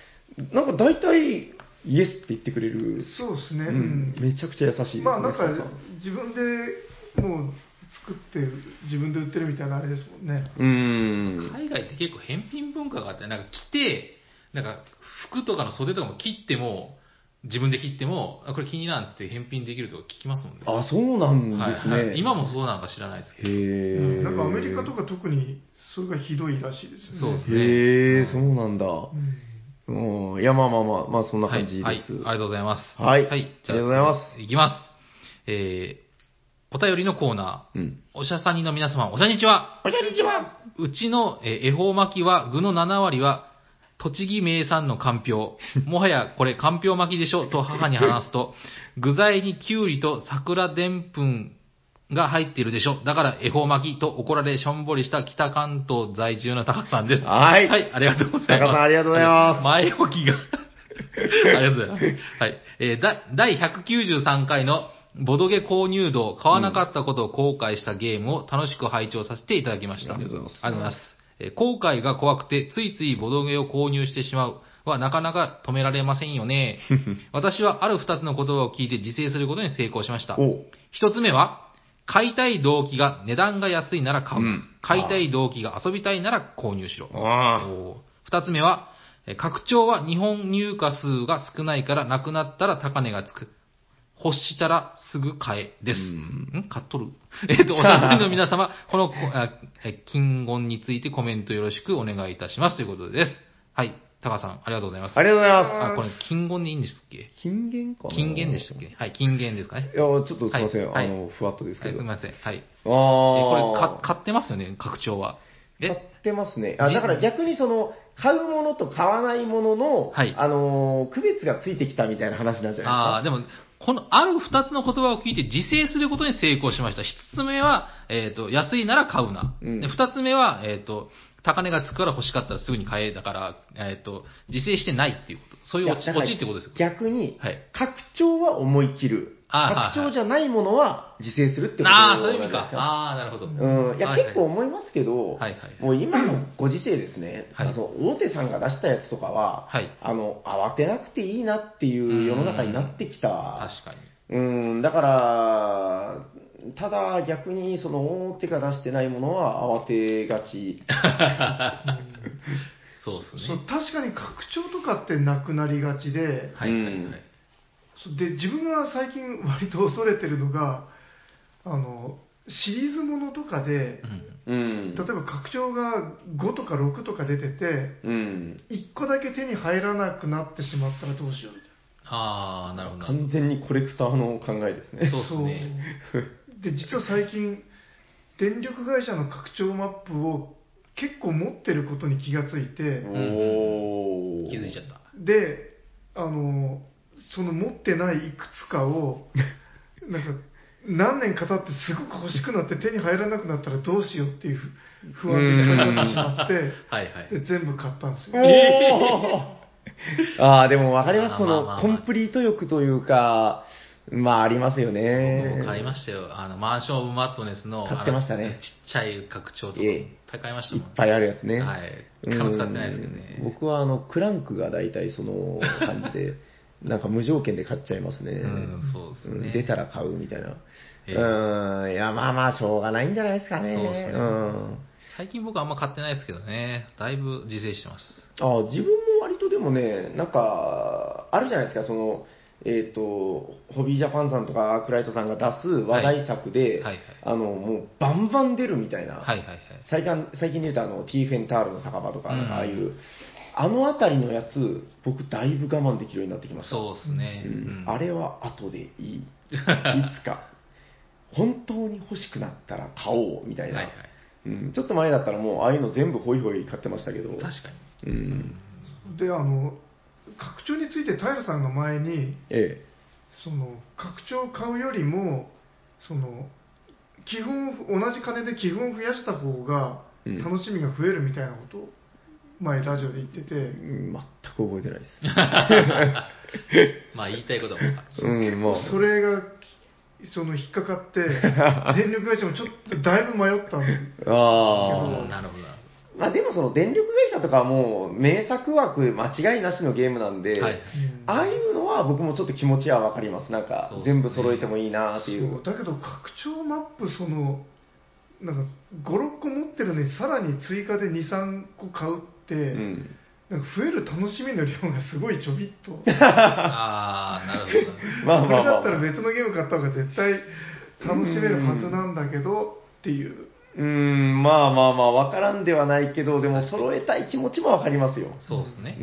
なんか大体、イエスって言ってくれる。 そうですね、うん。めちゃくちゃ優しいですね。 まあなんか、自分でもう作って、自分で売ってるみたいなあれですもんね。 うん。 海外って結構返品文化があって、なんか着て、なんか服とかの袖とかも切っても、自分で切っても、あ、これ気になるんつって返品できるとか聞きますもんね。 あ、そうなんですね。はいはい、 今もそうなのか知らないですけど。へー。なんかアメリカとか特にそれがひどいらしいですね。 そうですね。 へー、そうなんだ。うん、いや、まあまあまあ、まあそんな感じです。はい、はい、 ありがとうございます。 はい。はい、じゃあ、ありがとうございます。 いきます。えー、お便りのコーナー。うん、おしゃさにの皆様、おしゃにちは。 おしゃにちは。 うちの、えー、恵方巻きは具のななわりは、栃木名産のかんぴょう。もはやこれかんぴょう巻きでしょと母に話すと、具材にきゅうりと桜でんぷんが入っているでしょ。だから恵方巻きと怒られしょんぼりした北関東在住の高さんです。 はい。 はい、ありがとうございます。 高さんありがとうございます。 前置きが。ありがとうございます。はい。えー、だだいひゃくきゅうじゅうさんかいのボドゲ購入度を買わなかったことを後悔したゲームを楽しく拝聴させていただきました。 ありがとうございます。 ありがとうございます。後悔が怖くてついついボドゲを購入してしまうはなかなか止められませんよね。私はある二つの言葉を聞いて自制することに成功しました。一つ目は、買いたい動機が値段が安いなら買う。うん、買いたい動機が遊びたいなら購入しろ。二つ目は、拡張は日本入荷数が少ないからなくなったら高値がつく。欲したらすぐ買えです。ん買っとるえっと、おしゃさんの皆様、この金言についてコメントよろしくお願いいたしますということです。はい。タカさん、ありがとうございます。 ありがとうございます。 あ、これ金言でいいんですっけ金言かな金言でしたっけはい、金言ですかね。 いや、ちょっとすいません。はい、あの、ふわっとですけど。 はい、すいません。はい。ああ。 これか、買ってますよね、拡張は。 買ってますね。あ、だから逆にその、買うものと買わないものの、はい、あのー、区別がついてきたみたいな話なんじゃないですか。 ああ、でも、このある二つの言葉を聞いて自制することに成功しました。一つ目は、えっ、ー、と、安いなら買うな。うん、で二つ目は、えっ、ー、と、高値がつくから欲しかったらすぐに買えだから、えっ、ー、と、自制してないっていうこと。そういう落ち、落ちってことですよ。 逆に、はい、拡張は思い切る。拡張じゃないものは自制するってことああ、そういう意味か。ああ、なるほど。 うん。いや、結構思いますけど、はいはい、もう今のご時世ですね、はい、大手さんが出したやつとかは、はい、あの、慌てなくていいなっていう世の中になってきた。 確かに。 うん、だから、ただ逆にその大手が出してないものは慌てがち。 そうですね。 そう、確かに拡張とかってなくなりがちで、 はいはいはい。 で、自分が最近割と恐れてるのが、あの、 シリーズものとかで、 うん、 例えば拡張がごとかろくとか出てて、うん、いっこだけ手に入らなくなってしまったらどうしようみたいな。 ああ、なるほど。 完全にコレクターの考えですね。 そうですね。 で、実は最近、電力会社の拡張マップを結構持ってることに気がついて、 お気づいちゃった。 で、あの、その持ってないいくつかを、なんか、何年か経ってすごく欲しくなって手に入らなくなったらどうしようっていう不安でいっぱいになってしまって、はいはい、で全部買ったんですよ。 ああ、でも分かります。その、コンプリート欲というか、まあありますよね。 僕も買いましたよ。あの、マンション・オブ・マットネスの、 買ってましたね。 ちっちゃい拡張とか、いっぱい買いましたもん。 いっぱいあるやつね。 はい。一回も使ってないですけどね。 僕はあの、クランクが大体その感じで、なんか無条件で買っちゃいますね。 うん、そうですね。 出たら買うみたいな。うん、いや、まあまあ、しょうがないんじゃないですかね。 そうですね。うん、最近僕はあんま買ってないですけどね。だいぶ自制してます。 あ、自分も割とでもね、なんか、あるじゃないですか、その、えっ、ー、と、ホビージャパンさんとかアークライトさんが出す話題作で、はいはいはい、あの、もうバンバン出るみたいな、はいはいはい、最近、最近で言うとあの、ティーフェンタールの酒場とか、なんかああいう、うん、あのあたりのやつ、僕だいぶ我慢できるようになってきました。 そうですね、 うんうん。あれは後でいい。いつか。本当に欲しくなったら買おうみたいな、はいはい、うん、ちょっと前だったらもうああいうの全部ホイホイ買ってましたけど、 確かに、 うん、 であの拡張について平さんが前に、ええ、その拡張を買うよりもその基本同じ金で基本を増やした方が楽しみが増えるみたいなことを前ラジオで言ってて、 うん、全く覚えてないですまあ言いたいことは分かる、 うん、もうそれがその引っかかって電力会社もちょっとだいぶ迷ったんだけどああなるほど。 まあでもその電力会社とかはもう名作枠間違いなしのゲームなんで、はい、ああいうのは僕もちょっと気持ちはわかります。なんか全部揃えてもいいなっていう。 そうだけど拡張マップそのなんかご、ろっこ持ってるのにさらに追加でに、さんこ買うって、うん、なんか増える楽しみの量がすごいちょびっとああなるほどまあまあまあ、まあ、これだったら別のゲーム買った方が絶対楽しめるはずなんだけどっていううーん、まあまあまあ、わからんではないけど、でも揃えたい気持ちもわかりますよ。 そうですね。 うん、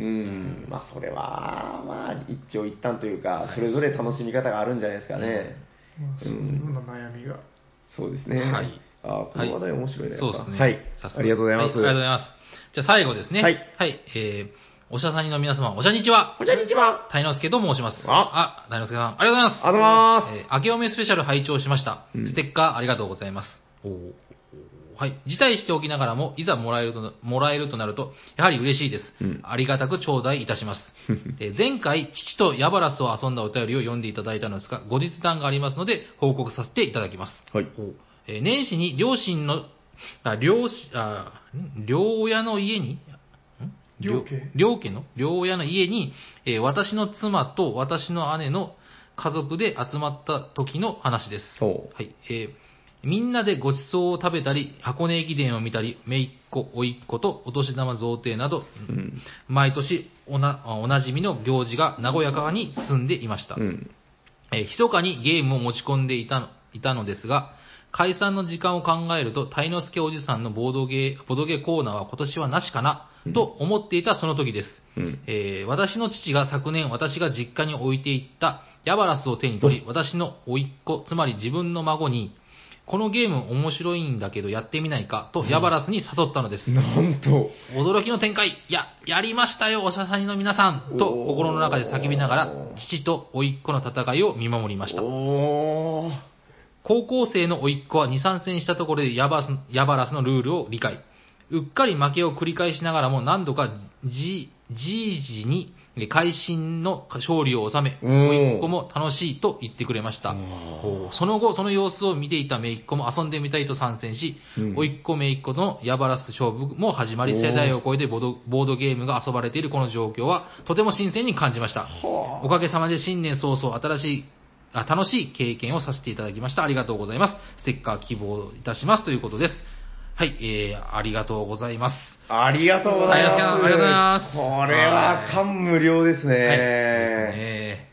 まあそれは、まあ一長一短というか、それぞれ楽しみ方があるんじゃないですかね。 まあ、そういうような悩みが。 そうですね。はい。あ、この話題面白いね。 そうですね。 はい。ありがとうございます。 ありがとうございます。じゃあ最後ですね。はい。はい。えー、おしゃさにの皆様、おしゃにちは。 おしゃにちは。 たいのすけと申します。あ、あ、たいのすけさん、ありがとうございます。 ありがとうございます。 えー、明けおめスペシャル拝聴しました。うん、ステッカーありがとうございます。おー。はい。辞退しておきながらも、いざもらえると、もらえるとなると、やはり嬉しいです。うん、ありがたく頂戴いたします。え前回、父とヤバラスを遊んだお便りを読んでいただいたのですが、後日談がありますので、報告させていただきます。はい。え年始に両親の、あ、両、あ、両親の家に、 両家両家の両親の家に、えー、私の妻と私の姉の家族で集まった時の話です。はい。えーみんなでごちそうを食べたり、箱根駅伝を見たり、めいっ子、おいっ子とお年玉贈呈など、うん、毎年おなおなじみの行事が和やかに進んでいました。うんえー、密かにゲームを持ち込んでいたの、いたのですが、解散の時間を考えると、たいのすけおじさんのボードゲー、ボードゲーコーナーは今年はなしかな、うん、と思っていたその時です、うんえー。私の父が昨年私が実家に置いていったヤバラスを手に取り、私のおいっ子、つまり自分の孫に、このゲーム面白いんだけどやってみないかとヤバラスに誘ったのです。 なんと驚きの展開。いや、やりましたよ、おしゃさにの皆さんと心の中で叫びながら父と甥っ子の戦いを見守りました。高校生の甥っ子はに、さん戦したところでヤバス、ヤバラスのルールを理解。うっかり負けを繰り返しながらも何度かじ、じいじに会心の勝利を収め、甥っ子も楽しいと言ってくれました。その後、その様子を見ていた姪っ子も遊んでみたいと参戦し、甥っ子姪っ子のヤバラス勝負も始まり、世代を超えてボード、ボードゲームが遊ばれているこの状況はとても新鮮に感じました。おかげさまで新年早々新しいあ楽しい経験をさせていただきました。ありがとうございます。ステッカー希望いたしますということです。はい、えー、ありがとうございます。 ありがとうございます。 ありがとうございます。 これは感無量ですね。はい、ですね。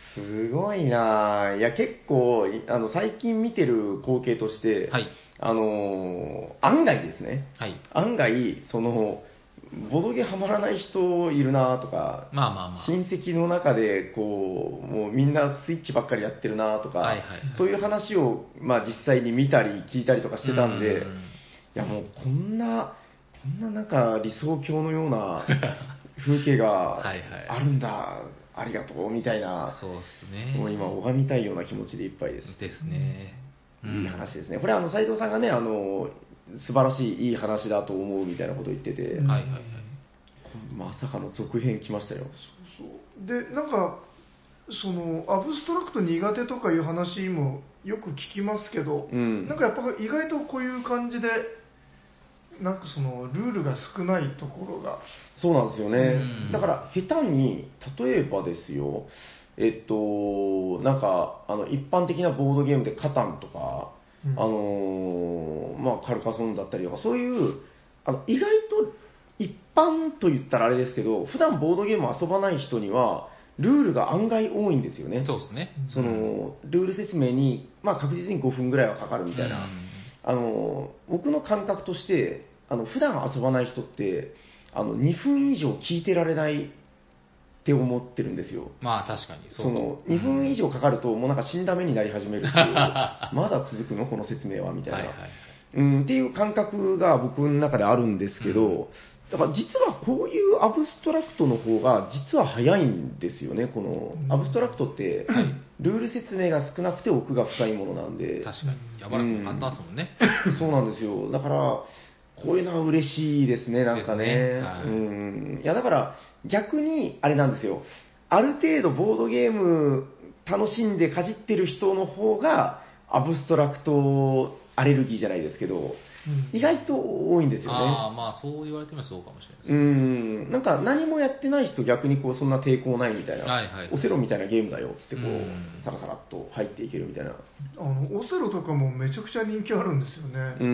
すごいなぁ。いや、結構、あの、最近見てる光景として、はい、あのー、案外ですね。はい、案外、その、ボドゲハマらない人いるなとか、まあまあまあ、親戚の中で、こう、もうみんなスイッチばっかりやってるなとか、はいはいはい、そういう話を、まあ実際に見たり聞いたりとかしてたんで、んいやもうこんな、こんななんか理想郷のような風景があるんだ、はいはい、ありがとうみたいな、そうですね。もう今拝みたいような気持ちでいっぱいです。ですね。いい話ですね。これあの斉藤さんがね、あの、素晴らしい、いい話だと思うみたいなことを言ってて、はいはいはい、まさかの続編来ましたよ。 そうそうで、なんか、そのアブストラクト苦手とかいう話もよく聞きますけど、うん、なんかやっぱ意外とこういう感じで、なんかそのルールが少ないところが。 そうなんですよね。うん、だから下手に、例えばですよ、えっと、なんか、あの、一般的なボードゲームでカタンとか、うん、あのー、まあ、カルカソンだったりとか、そういう、あの、意外と一般と言ったらあれですけど、普段ボードゲームを遊ばない人には、ルールが案外多いんですよね。 そうですね。 その、ルール説明に、まあ、確実にごふんぐらいはかかるみたいな。うん、あの、僕の感覚として、あの、普段遊ばない人って、あの、にふん以上聞いてられないって思ってるんですよ。 まあ確かにそう。その、にふん以上かかると、もうなんか死んだ目になり始めるっていう、まだ続くのこの説明はみたいな、はいはいはい、うん。っていう感覚が僕の中であるんですけど、うん、だから実はこういうアブストラクトの方が実は早いんですよね。この、アブストラクトって、はい、ルール説明が少なくて奥が深いものなんで。 確かに。やばらすも簡単ですもんね、 うん。そうなんですよ。だから、こういうのは嬉しいですね、なんかね。ね、はい、うん。いや、だから、逆に、あれなんですよ。ある程度ボードゲーム楽しんでかじってる人の方が、アブストラクトアレルギーじゃないですけど、うん、意外と多いんですよね。 ああ、まあそう言われてみればそうかもしれないです。 うん。なんか何もやってない人逆にこうそんな抵抗ないみたいな、はいはいはい、オセロみたいなゲームだよっつってこう、うん、サラサラっと入っていけるみたいな。 あの、オセロとかもめちゃくちゃ人気あるんですよね。うん。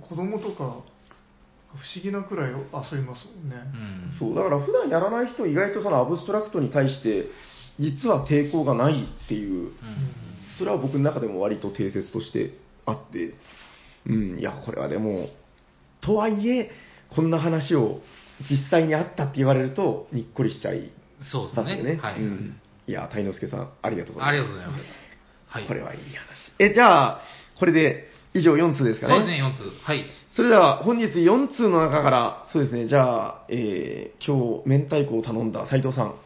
子供とか、不思議なくらい遊びますもんね、 うん、そうだから普段やらない人意外とそのアブストラクトに対して実は抵抗がないっていう、うん、それは僕の中でも割と定説としてあって、うん、いやこれはでもとはいえこんな話を実際にあったって言われるとにっこりしちゃいますよね。そうですね、はい、うん、いや鯛之助さんありがとうございます。 ありがとうございます、 はい、これはいい話。えじゃあこれで以上よん通ですかね。 そうですね、よん通。はい。 それでは本日よん通の中から、そうですね、じゃあ、えー、今日明太子を頼んだ斉藤さん。はい。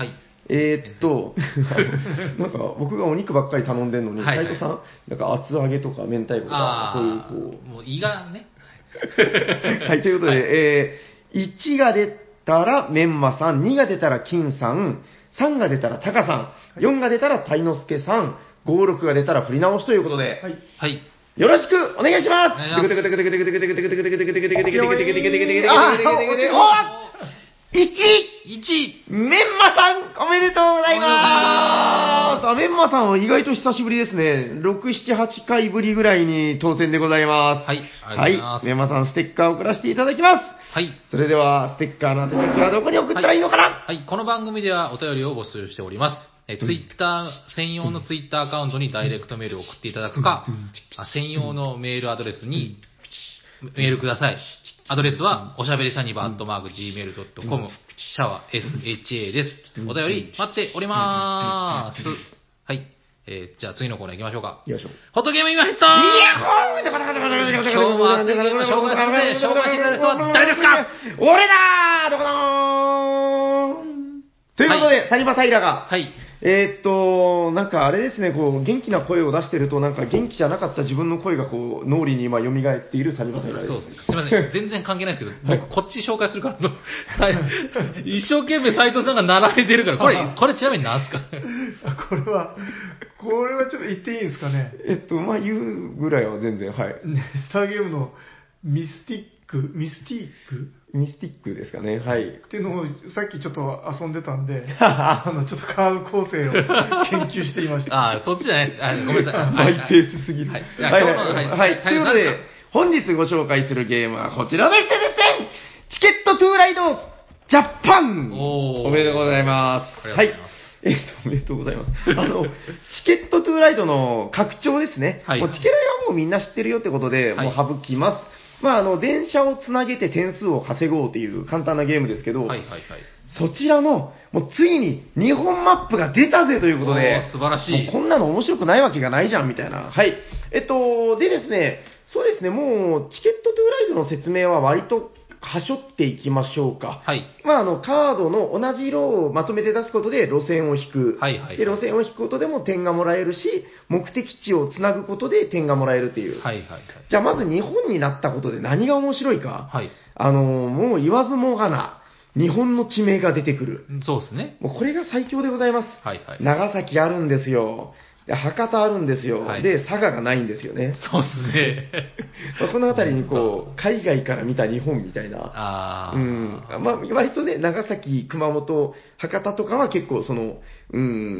えー、っと、なんか僕がお肉ばっかり頼んでるのに、斉、はいはい、藤さん、なんか厚揚げとか明太子とか、そういうこう。もう胃がね。 はい、ということで、はい、えー、いちが出たらメンマさん、にが出たら金さん、さんが出たらタカさん、よんが出たら鯛之助さん、ご、ろくが出たら振り直しということで、はい。はい。よろしくお願いします。いち! いち! メンマさん、おめでとうございます。あ、メンマさんは意外と久しぶりですね。ろく、なな、はちかいぶりぐらいに当選でございます。はい。はい。メンマさん、ステッカーを送らせていただきます。はい。それでは、ステッカーの宛先はどこに送ったらいいのかな、はい、 はい。この番組ではお便りを募集しております。えツイッター専用のツイッターアカウントにダイレクトメールを送っていただくか、あ専用のメールアドレスにメールください。アドレスは、おしゃべりサニバアットマーク ジーメールドットコム、シャワー エスエイチエー です。お便り待っておりまーす。はい。えー、じゃあ次のコーナー行きましょうか。よいしょ。ホットゲーム今ヘッドーイヤッホー今日も熱いゲームを紹介するので、紹介してくれる人は誰ですか？ 俺だーどこだーということで、はい、サニバタイラが、はい。えー、っと、なんかあれですね、こう、元気な声を出してると、なんか元気じゃなかった自分の声がこう、脳裏に今蘇っているサニバタイラです。 そうです。すみません。全然関係ないですけど、僕こっち紹介するからの、一生懸命斉藤さんが並べてるから、これ、これちなみに何すかこれは、これはちょっと言っていいんですかね。 えっと、まあ、言うぐらいは全然、はい。 スターゲームのミスティック、ミスティックミスティックですかね、はい。 っていうのをさっきちょっと遊んでたんで、あの、ちょっとカード構成を研究していました。 ああ、そっちじゃないです。あごめんなさい。 ハイペースすぎる。はい。はい。はい。ということで、本日ご紹介するゲームはこちらですですねチケットトゥーライドジャパンおめでとうございます。はい。 えっと、おめでとうございます。あの、チケットトゥーライドの拡張ですね。はい、もうチケライはもうみんな知ってるよってことで、はい、もう省きます。まあ、あの、電車をつなげて点数を稼ごうっていう簡単なゲームですけど、はいはいはい、そちらの、もうついに日本マップが出たぜということで、 素晴らしい。 こんなの面白くないわけがないじゃんみたいな。はい。えっと、でですね、そうですね、もう、チケットトゥーライドの説明は割と、はしょっていきましょうか。はい。まあ、あの、カードの同じ色をまとめて出すことで路線を引く。はいはい、はい。で、路線を引くことでも点がもらえるし、目的地をつなぐことで点がもらえるっていう。はいはいはい。じゃあ、まず日本になったことで何が面白いか。はい。あの、もう言わずもがな、日本の地名が出てくる。 そうですね。 もうこれが最強でございます。はいはい。長崎あるんですよ。で博多あるんですよ、はい。で、佐賀がないんですよね。 そうですね。 まあこのあたりにこう、海外から見た日本みたいな。あうん。まあ、割とね、長崎、熊本、博多とかは結構その、うん。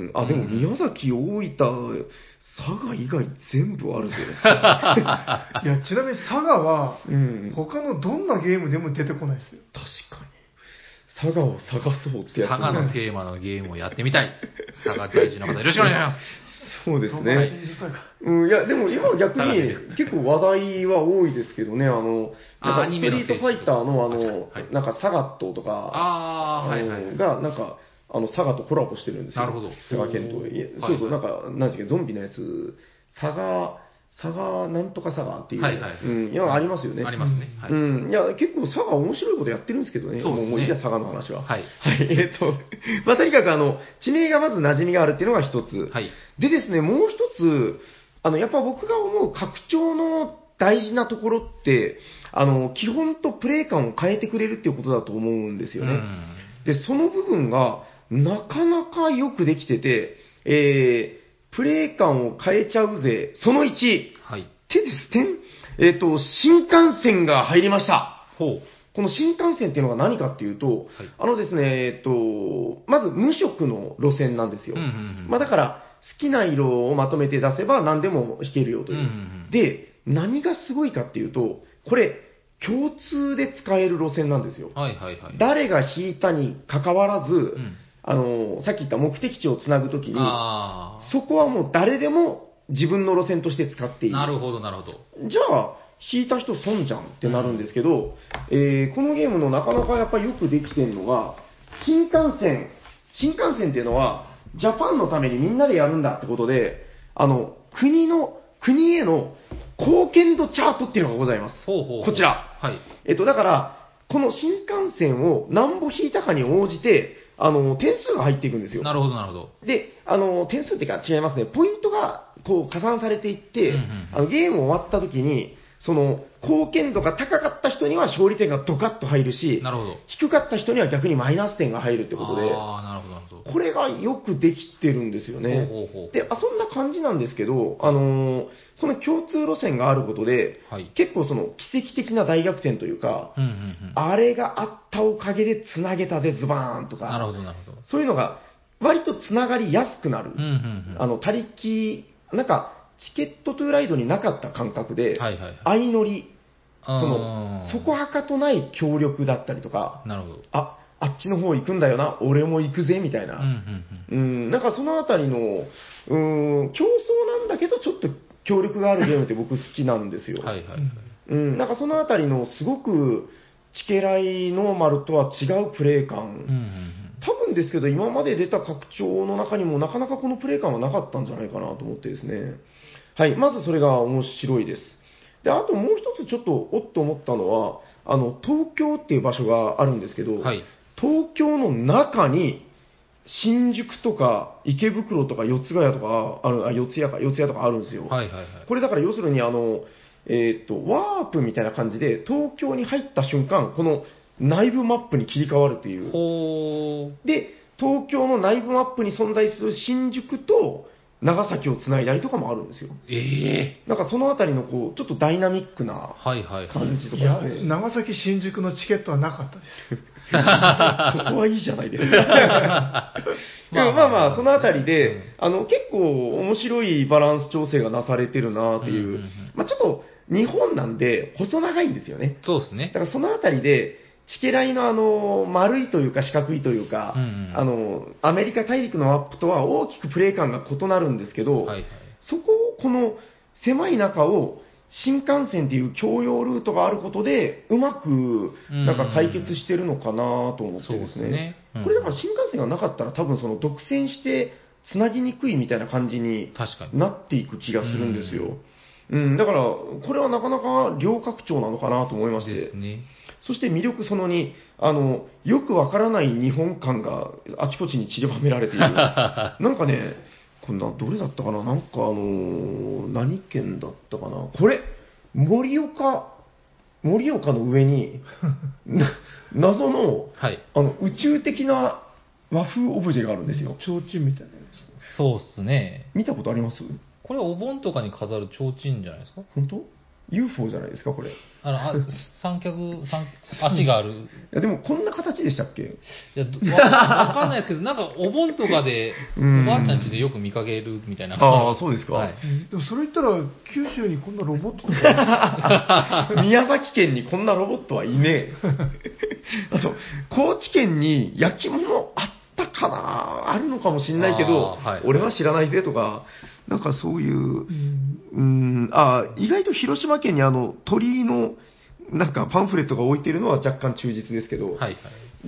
あ、でも宮崎、大分、佐賀以外全部あるぜ。 いや、ちなみに佐賀は、うん、他のどんなゲームでも出てこないですよ。 確かに。佐賀を探そうってやつ、ね、 佐賀のテーマのゲームをやってみたい。佐賀在住の方よろしくお願いします。 そうですね。うん、いや、でも今逆に結構話題は多いですけどね、あの、なんかストリートファイターのあの、なんかサガットとか、あはいはい、が、なんか、あの、サガとコラボしてるんですよ。 なるほど。 佐賀県と。そうそう、なんか、なんですか、ゾンビのやつ、佐賀、佐賀、なんとか佐賀っていう。はいはい。うん。いや、ありますよね。 ありますね。 はい。うん。いや、結構佐賀面白いことやってるんですけどね。そうですね。もういいや、佐賀の話は。はい。はい。えっと、まあ、とにかくあの、地名がまず馴染みがあるっていうのが一つ。はい。でですね、もう一つ、あの、やっぱ僕が思う拡張の大事なところって、あの、基本とプレイ感を変えてくれるっていうことだと思うんですよね。で、その部分が、なかなかよくできてて、えー、プレイ感を変えちゃうぜ。そのいち。はい。てですね。えっ、ー、と、新幹線が入りました。ほう。この新幹線っていうのが何かっていうと、はい、あのですね、えっ、ー、と、まず無色の路線なんですよ。うんうんうん、まあだから、好きな色をまとめて出せば何でも弾けるよという。うんうんうん、で、何がすごいかっていうと、これ、共通で使える路線なんですよ。はいはいはい。誰が引いたに関わらず、うんあの、さっき言った目的地をつなぐときに、そこはもう誰でも自分の路線として使っていい。 なるほど、なるほど。 じゃあ、引いた人損じゃんってなるんですけど、うんえー、このゲームのなかなかやっぱりよくできてるのが、新幹線、新幹線っていうのは、ジャパンのためにみんなでやるんだってことで、あの、国の、国への貢献度チャートっていうのがございます。ほうほうほうこちら。はい。えっと、だから、この新幹線を何歩引いたかに応じて、あの、点数が入っていくんですよ。 なるほど、なるほど。 で、あの、点数っていうか違いますね。ポイントが、こう、加算されていって、うんうんうん、あのゲーム終わった時に、その、貢献度が高かった人には勝利点がドカッと入るし、なるほど。低かった人には逆にマイナス点が入るってことで、あなるほどなるほど。これがよくできてるんですよね。ほうほうほうで、あ、そんな感じなんですけど、あのー、この共通路線があることで、はい、結構その奇跡的な大逆転というか、うんうんうん、あれがあったおかげで繋げたぜズバーンとか、なるほどなるほど。そういうのが割と繋がりやすくなる。うんうんうん、あの、他力、なんか、チケットトゥーライドになかった感覚で、はいはいはい、相乗り、その、そこはかとない協力だったりとか、なるほど。あ、あっちの方行くんだよな、俺も行くぜ、みたいな。うん、うんうん、なんかそのあたりの、うーん、競争なんだけど、ちょっと協力があるゲームって僕好きなんですよ。はいはいはい。うん、なんかそのあたりのすごく、チケライノーマルとは違うプレイ感。うんうんうん、多分ですけど、今まで出た拡張の中にもなかなかこのプレイ感はなかったんじゃないかなと思ってですね。はい、まずそれが面白いです。で、あともう一つちょっとおっと思ったのは、あの、東京っていう場所があるんですけど、はい、東京の中に、新宿とか池袋とか四谷とか、あの、あ四谷か、四谷とかあるんですよ。はいはいはい。これだから要するにあの、えー、っと、ワープみたいな感じで、東京に入った瞬間、この内部マップに切り替わるっていう。ほー。で、東京の内部マップに存在する新宿と、長崎をつないだりとかもあるんですよ。ええー。なんかそのあたりのこう、ちょっとダイナミックな感じとかですね。はいはいはい、いや、 長崎新宿のチケットはなかったです。 そこはいいじゃないですか。まあまあまあ、そのあたりで、うん、あの、結構面白いバランス調整がなされてるなっていう。うんうんうん、まあちょっと、日本なんで細長いんですよね。 そうですね。 だからそのあたりで、 チケライのあの、丸いというか四角いというか、うんうん、あの、アメリカ大陸のマップとは大きくプレイ感が異なるんですけど、はいはい、そこをこの狭い中を新幹線っていう共用ルートがあることで、うまくなんか解決してるのかなと思ってですね。うんねうん、これだから新幹線がなかったら多分その独占してつなぎにくいみたいな感じになっていく気がするんですよ。うん、だから、これはなかなか両拡張なのかなと思いまして。ですね。そして魅力そのに、あの、よくわからない日本館があちこちに散りばめられている。なんかね、こんな、どれだったかななんかあのー、何県だったかなこれ、盛岡、盛岡の上に、謎の、はい、あの、宇宙的な和風オブジェがあるんですよ。 提灯みたいなやつ。そうっすね。 見たことあります？ これお盆とかに飾る提灯じゃないですか？ 本当？ ユーフォー じゃないですか、これ。 あの、あ三脚、三、足がある。いや、でもこんな形でしたっけ？いや、わかんないですけど、なんかお盆とかで、おばあちゃん家でよく見かけるみたいな。 ああ、そうですか。はい。 でもそれ言ったら、九州にこんなロボットとか宮崎県にこんなロボットはいねえ。あと、高知県に焼き物あったかなあるのかもしんないけど、はい、俺は知らないぜとか、なんかそういう、うん、うんあ意外と広島県にあの鳥居のなんかパンフレットが置いてるのは若干忠実ですけど、はいはい、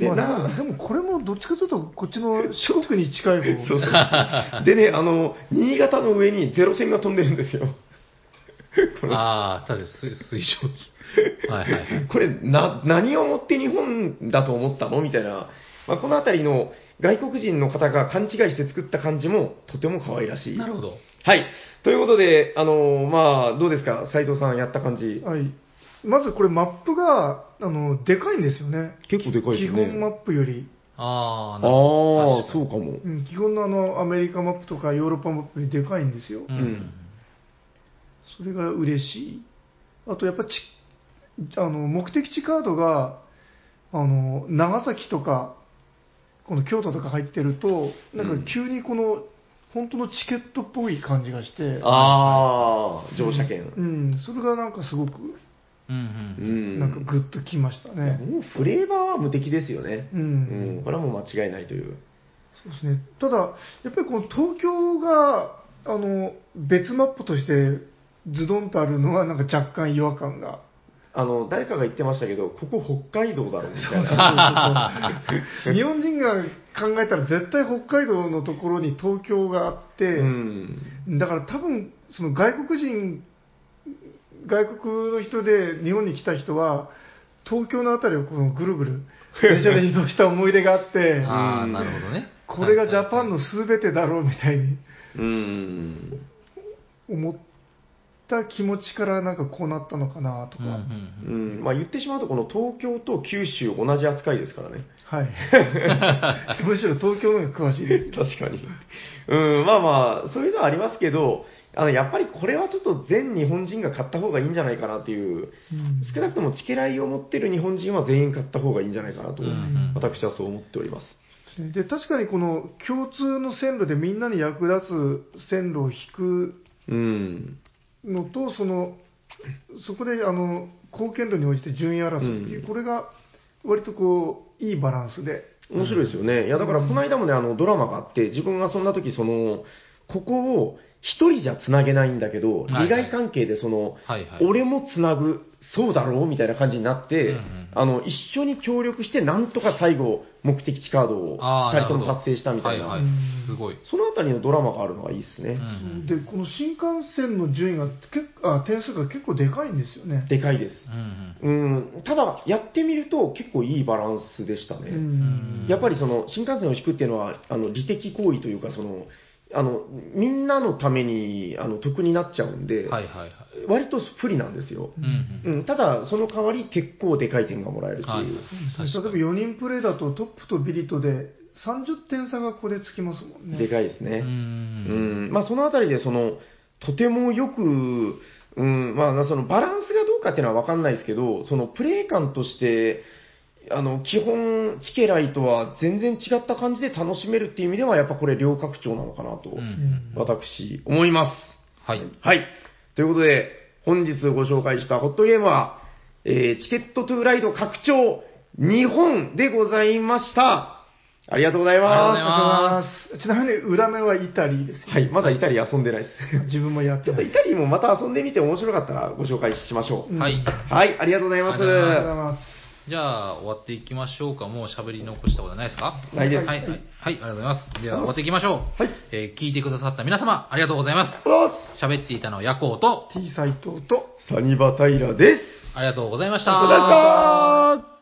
で, まあ、でもこれもどっちかというとこっちの四国に近い方そうそうでね、あの新潟の上にゼロ戦が飛んでるんですよ。 ああ、確かに水水蒸気。はいはいはい。 これな何をもって日本だと思ったのみたいな。まあ、このあたりの外国人の方が勘違いして作った感じもとても可愛らしい。 なるほど。 はい。ということで、あの、まあ、どうですか斉藤さんやった感じ。 はい。まずこれマップが、あの、でかいんですよね。 結構でかいですね。 基本マップより。 ああ、 なるほど。ああ、そうかも、 うん。基本のあの、アメリカマップとかヨーロッパマップよりでかいんですよ。うん。それが嬉しい。あとやっぱち、あの、目的地カードが、あの、長崎とか、この京都とか入ってると、なんか急にこの、本当のチケットっぽい感じがして。 ああ、乗車券、 うん。うん。それがなんかすごく、うんうん、なんかグッときましたね。 もうフレーバーは無敵ですよね。うん。うん、これはもう間違いないという。 そうですね。ただ、やっぱりこの東京が、あの、別マップとしてズドンとあるのはなんか若干違和感が。 あの、誰かが言ってましたけど、ここ北海道だろうみたいな。 日本人が考えたら絶対北海道のところに東京があって、うん、だから多分、その外国人、外国の人で日本に来た人は、東京のあたりをこのぐるぐる電車で移動した思い出があって、 ああ、なるほどね。 これがジャパンの全てだろうみたいに、 うん、 思って、た気持ちからなんかこうなったのかなとか、うんうんうん、まあ言ってしまうとこの東京と九州同じ扱いですからね。 はい。むしろ東京の方が詳しいです。 確かに。うん、まあまあそういうのはありますけど、あのやっぱりこれはちょっと全日本人が買った方がいいんじゃないかなっていう、うん、少なくともチケライを持ってる日本人は全員買った方がいいんじゃないかなと、うん、私はそう思っております。 で確かにこの共通の線路でみんなに役立つ線路を引く。うんのとそのそこであの貢献度に応じて順位争いっていう、うん、これが割とこういいバランスで面白いですよね。いやだからこの間もねあのドラマがあって自分がそんな時そのここを一人じゃつなげないんだけど、利害関係でその、はいはい、俺もつなぐ、そうだろうみたいな感じになって、うんうん、あの一緒に協力してなんとか最後目的地カードをふたりとも達成したみたいな、はいはい、 すごい。 そのあたりのドラマがあるのがいいですね、うんうん、でこの新幹線の順位が結あ点数が結構でかいんですよね。 でかいです、うんうんうん、ただやってみると結構いいバランスでしたね、うん、やっぱりその新幹線を引くっていうのはあの利的行為というかそのあのみんなのためにあの得になっちゃうんで、はいはいはい、割と不利なんですよ、うんうん、ただその代わり結構でかい点がもらえるっていう、はい、例えばよにんプレーだとトップとビリとでさんじゅってん差がここでつきますもんね。 でかいですね。うんうんまあ、そのあたりでそのとてもよく、うんまあ、そのバランスがどうかっていうのは分かんないですけどそのプレー感としてあの基本チケライとは全然違った感じで楽しめるっていう意味ではやっぱこれ両拡張なのかなと、うん、私思います。はい、はい、ということで本日ご紹介したホットゲームは、えー、チケットトゥーライド拡張日本でございました。ありがとうございます。ありがとうございます。 ちなみに裏目はイタリーですよ、ね。 はい、まだイタリー遊んでないです。 自分もやってない。 ちょっとイタリーもまた遊んでみて面白かったらご紹介しましょう。 はい。 はい、ありがとうございます。ありがとうございます。 じゃあ、終わっていきましょうか。もう喋り残したことないですか？ ないです。 はい、はい、はい、ありがとうございます。では、終わっていきましょう。 はい。 えー、聞いてくださった皆様、ありがとうございます。喋っていたのはヤコウと、 T 斎藤と、 サニバタイラです。 ありがとうございました。 ありがとうございました。